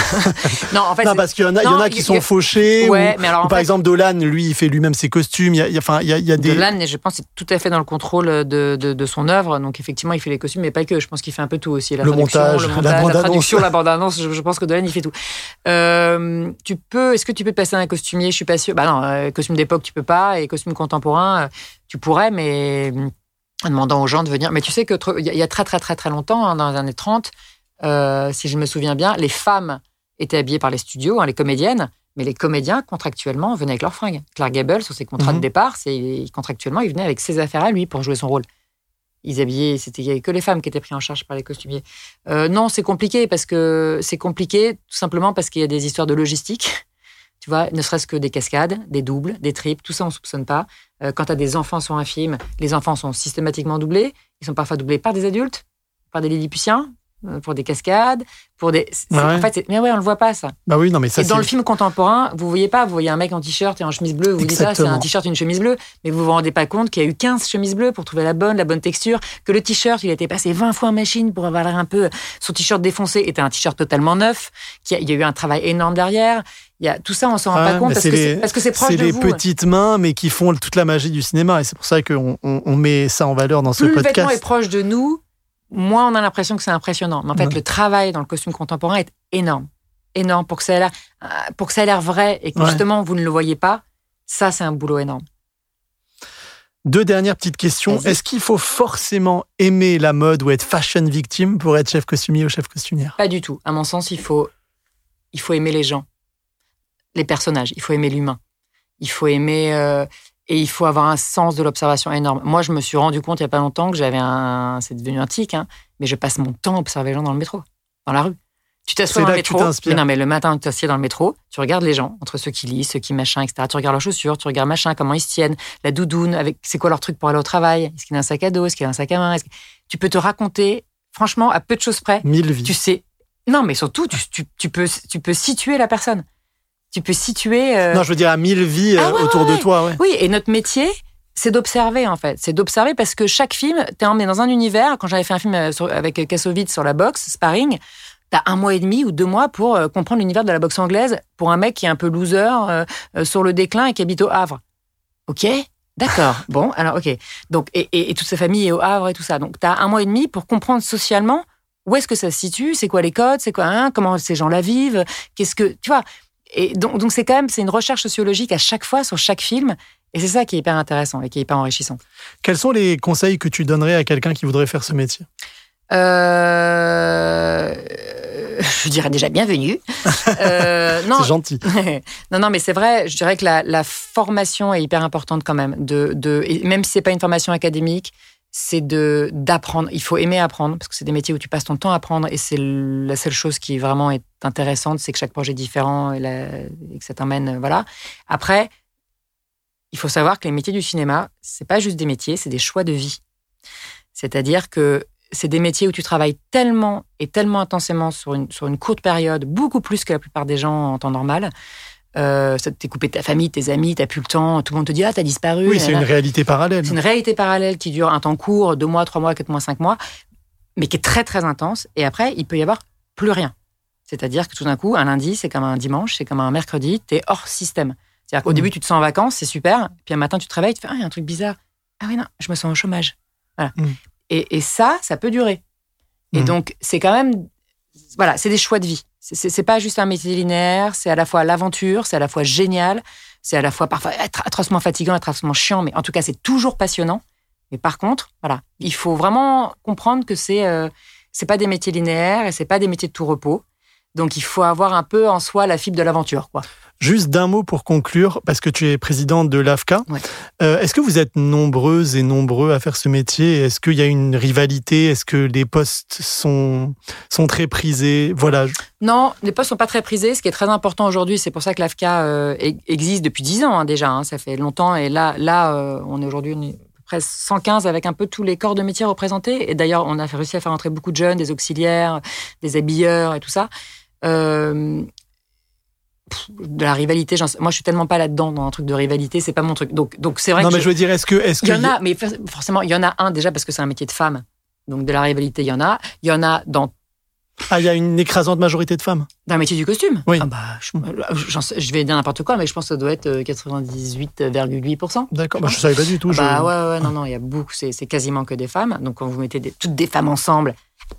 Non, en fait, non, parce qu'il y en a qui sont fauchés. Ouais, ou, mais alors, ou par exemple, Dolan, lui, il fait lui-même ses costumes. Il y a des... Dolan, je pense, est tout à fait dans le contrôle de son œuvre. Donc, effectivement, il fait les costumes, mais pas que. Je pense qu'il fait un peu tout aussi. Le montage, la traduction, la bande-annonce. Je pense que Dolan, il fait tout. Est-ce que tu peux te passer un costumier? Je suis pas sûre. Bah non, costume d'époque, tu peux pas. Et costume contemporain, tu pourrais, mais en demandant aux gens de venir. Mais tu sais qu'il y a très, très, très, très longtemps, dans les années 30, si je me souviens bien, les femmes étaient habillées par les studios, les comédiennes, mais les comédiens, contractuellement, venaient avec leurs fringues. Clark Gable, sur ses contrats de départ, contractuellement, il venait avec ses affaires à lui pour jouer son rôle. Il y avait que les femmes qui étaient prises en charge par les costumiers. Non, c'est compliqué tout simplement parce qu'il y a des histoires de logistique. Tu vois, ne serait-ce que des cascades, des doubles, des triples, tout ça, on ne soupçonne pas. Quand tu as des enfants sur un film, les enfants sont systématiquement doublés. Ils sont parfois doublés par des adultes, par des Lilliputiens, pour des cascades, pour des... En fait, mais ouais, on le voit pas, ça. Bah oui, non, mais ça, et dans le film contemporain, vous voyez un mec en t-shirt et en chemise bleue, vous dites ça, c'est un t-shirt et une chemise bleue, mais vous vous rendez pas compte qu'il y a eu 15 chemises bleues pour trouver la bonne texture, que le t-shirt, il a été passé 20 fois en machine pour avoir l'air un peu... Son t-shirt défoncé était un t-shirt totalement neuf, il y a eu un travail énorme derrière. Tout ça, on s'en rend pas compte parce que c'est proche de vous. C'est les petites mains, mais qui font toute la magie du cinéma, et c'est pour ça qu'on met ça en valeur dans ce podcast. Plus le vêtement est proche de nous, moins on a l'impression que c'est impressionnant. Mais en fait, le travail dans le costume contemporain est énorme. Énorme pour que ça ait l'air vrai et que justement, vous ne le voyez pas. Ça, c'est un boulot énorme. 2 dernières petites questions. Vas-y. Est-ce qu'il faut forcément aimer la mode ou être fashion victime pour être chef costumier ou chef costumière? Pas du tout. À mon sens, il faut aimer les gens, les personnages. Il faut aimer l'humain. Il faut aimer... Et il faut avoir un sens de l'observation énorme. Moi, je me suis rendu compte il n'y a pas longtemps que c'est devenu un tic, mais je passe mon temps à observer les gens dans le métro, dans la rue. Tu t'assois dans le métro. Mais le matin, tu t'assieds dans le métro, tu regardes les gens, entre ceux qui lisent, ceux qui machin, etc. Tu regardes leurs chaussures, tu regardes machin, comment ils se tiennent, la doudoune, c'est quoi leur truc pour aller au travail, est-ce qu'il a un sac à dos, est-ce qu'il a un sac à main, tu peux te raconter, franchement, à peu de choses près. 1000 vies. Tu sais. Non, mais surtout, tu peux situer la personne. Tu peux situer... Non, je veux dire à 1000 vies autour de toi. Ouais. Oui, et notre métier, c'est d'observer, en fait. C'est d'observer parce que chaque film, t'es emmené dans un univers. Quand j'avais fait un film avec Kassovitz sur la boxe, sparring, t'as 1 mois et demi ou 2 mois pour comprendre l'univers de la boxe anglaise pour un mec qui est un peu loser, sur le déclin et qui habite au Havre. Ok, d'accord. Bon, alors ok. Donc, et toute sa famille est au Havre et tout ça. Donc, t'as 1 mois et demi pour comprendre socialement où est-ce que ça se situe, c'est quoi les codes, c'est quoi, comment ces gens-là vivent, qu'est-ce que... Tu vois. Et donc c'est une recherche sociologique à chaque fois sur chaque film, et c'est ça qui est hyper intéressant et qui est hyper enrichissant. Quels sont les conseils que tu donnerais à quelqu'un qui voudrait faire ce métier? Je dirais déjà bienvenue. Non, c'est gentil. Non, mais c'est vrai. Je dirais que la formation est hyper importante quand même. Et même si c'est pas une formation académique, c'est d'apprendre. Il faut aimer apprendre, parce que c'est des métiers où tu passes ton temps à apprendre, et c'est la seule chose qui vraiment est intéressante, c'est que chaque projet est différent et que ça t'emmène, voilà. Après, il faut savoir que les métiers du cinéma, c'est pas juste des métiers, c'est des choix de vie. C'est-à-dire que c'est des métiers où tu travailles tellement et tellement intensément sur une courte période, beaucoup plus que la plupart des gens en temps normal. T'es coupé de ta famille, tes amis, t'as plus le temps, tout le monde te dit t'as disparu. Oui, c'est une réalité parallèle. C'est une réalité parallèle qui dure un temps court, 2 mois, 3 mois, 4 mois, 5 mois, mais qui est très très intense. Et après, il peut y avoir plus rien. C'est-à-dire que tout d'un coup, un lundi, c'est comme un dimanche, c'est comme un mercredi, t'es hors système. C'est-à-dire qu'au début, tu te sens en vacances, c'est super, puis un matin, tu te réveilles, tu fais il y a un truc bizarre. Ah oui, non, je me sens au chômage. Voilà. Et ça peut durer. Et donc, c'est quand même... Voilà, c'est des choix de vie. C'est pas juste un métier linéaire, c'est à la fois l'aventure, c'est à la fois génial, c'est à la fois parfois atrocement fatigant, atrocement chiant, mais en tout cas, c'est toujours passionnant. Mais par contre, voilà, il faut vraiment comprendre que c'est pas des métiers linéaires et c'est pas des métiers de tout repos. Donc, il faut avoir un peu en soi la fibre de l'aventure, quoi. Juste d'un mot pour conclure, parce que tu es présidente de l'AFCA. Ouais. Est-ce que vous êtes nombreuses et nombreux à faire ce métier? Est-ce qu'il y a une rivalité? Est-ce que les postes sont très prisés? Voilà. Non, les postes sont pas très prisés. Ce qui est très important aujourd'hui, c'est pour ça que l'AFCA existe depuis 10 ans déjà. Ça fait longtemps. Et là, on est aujourd'hui... presque 115 avec un peu tous les corps de métier représentés. Et d'ailleurs, on a réussi à faire entrer beaucoup de jeunes, des auxiliaires, des habilleurs et tout ça. De la rivalité, moi je suis tellement pas là-dedans dans un truc de rivalité, c'est pas mon truc. Donc c'est vrai. Non, mais je veux dire, est-ce que il y en a, mais forcément il y en a un déjà parce que c'est un métier de femme. Donc de la rivalité, il y en a dans Ah, il y a une écrasante majorité de femmes. Dans le métier du costume? Oui. Ah bah, je vais dire n'importe quoi, mais je pense que ça doit être 98,8%. D'accord, je ne savais pas du tout. Ouais, non, il y a beaucoup, c'est quasiment que des femmes. Donc, quand vous mettez toutes des femmes ensemble,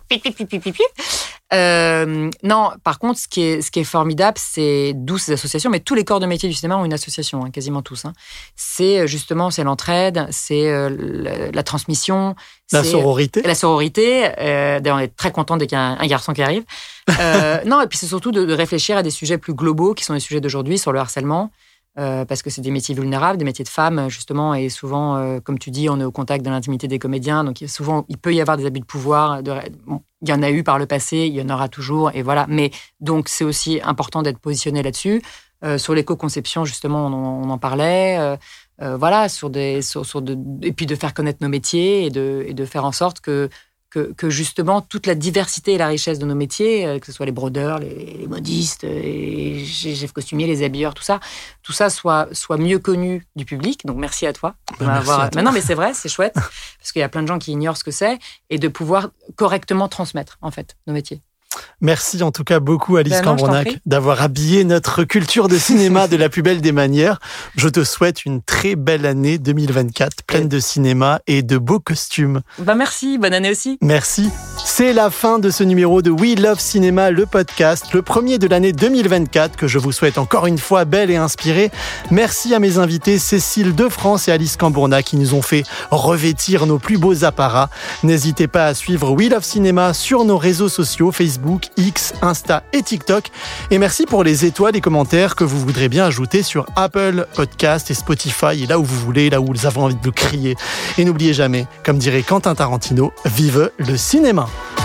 non, par contre, ce qui est formidable, c'est d'où ces associations, mais tous les corps de métier du cinéma ont une association, hein, quasiment tous. Hein. C'est justement, c'est l'entraide, c'est la transmission. La sororité. La sororité. D'ailleurs, on est très content dès qu'il y a un garçon qui arrive. Non, et puis c'est surtout de réfléchir à des sujets plus globaux, qui sont les sujets d'aujourd'hui, sur le harcèlement. Parce que c'est des métiers vulnérables, des métiers de femmes, justement, et souvent, comme tu dis, on est au contact de l'intimité des comédiens, donc souvent, il peut y avoir des abus de pouvoir, il y en a eu par le passé, il y en aura toujours, et voilà. Mais donc, c'est aussi important d'être positionné là-dessus. Sur l'éco-conception, justement, on en parlait, voilà, et puis de faire connaître nos métiers et de faire en sorte que justement, toute la diversité et la richesse de nos métiers, que ce soit les brodeurs, les modistes, les chefs costumiers, les habilleurs, tout ça soit mieux connu du public. Donc, merci à toi. Merci à toi. Non, mais c'est vrai, c'est chouette, parce qu'il y a plein de gens qui ignorent ce que c'est, et de pouvoir correctement transmettre, en fait, nos métiers. Merci en tout cas beaucoup Alice Cambronnac d'avoir habillé notre culture de cinéma de la plus belle des manières. Je te souhaite une très belle année 2024, pleine de cinéma et de beaux costumes. Merci, bonne année aussi. Merci. C'est la fin de ce numéro de We Love Cinéma, le podcast, le premier de l'année 2024 que je vous souhaite encore une fois belle et inspirée. Merci à mes invités Cécile Defrance et Alice Cambronnac qui nous ont fait revêtir nos plus beaux apparats. N'hésitez pas à suivre We Love Cinéma sur nos réseaux sociaux, Facebook, X, Insta et TikTok. Et merci pour les étoiles et commentaires que vous voudrez bien ajouter sur Apple Podcast et Spotify, et là où vous voulez, là où vous avez envie de crier. Et n'oubliez jamais, comme dirait Quentin Tarantino, vive le cinéma!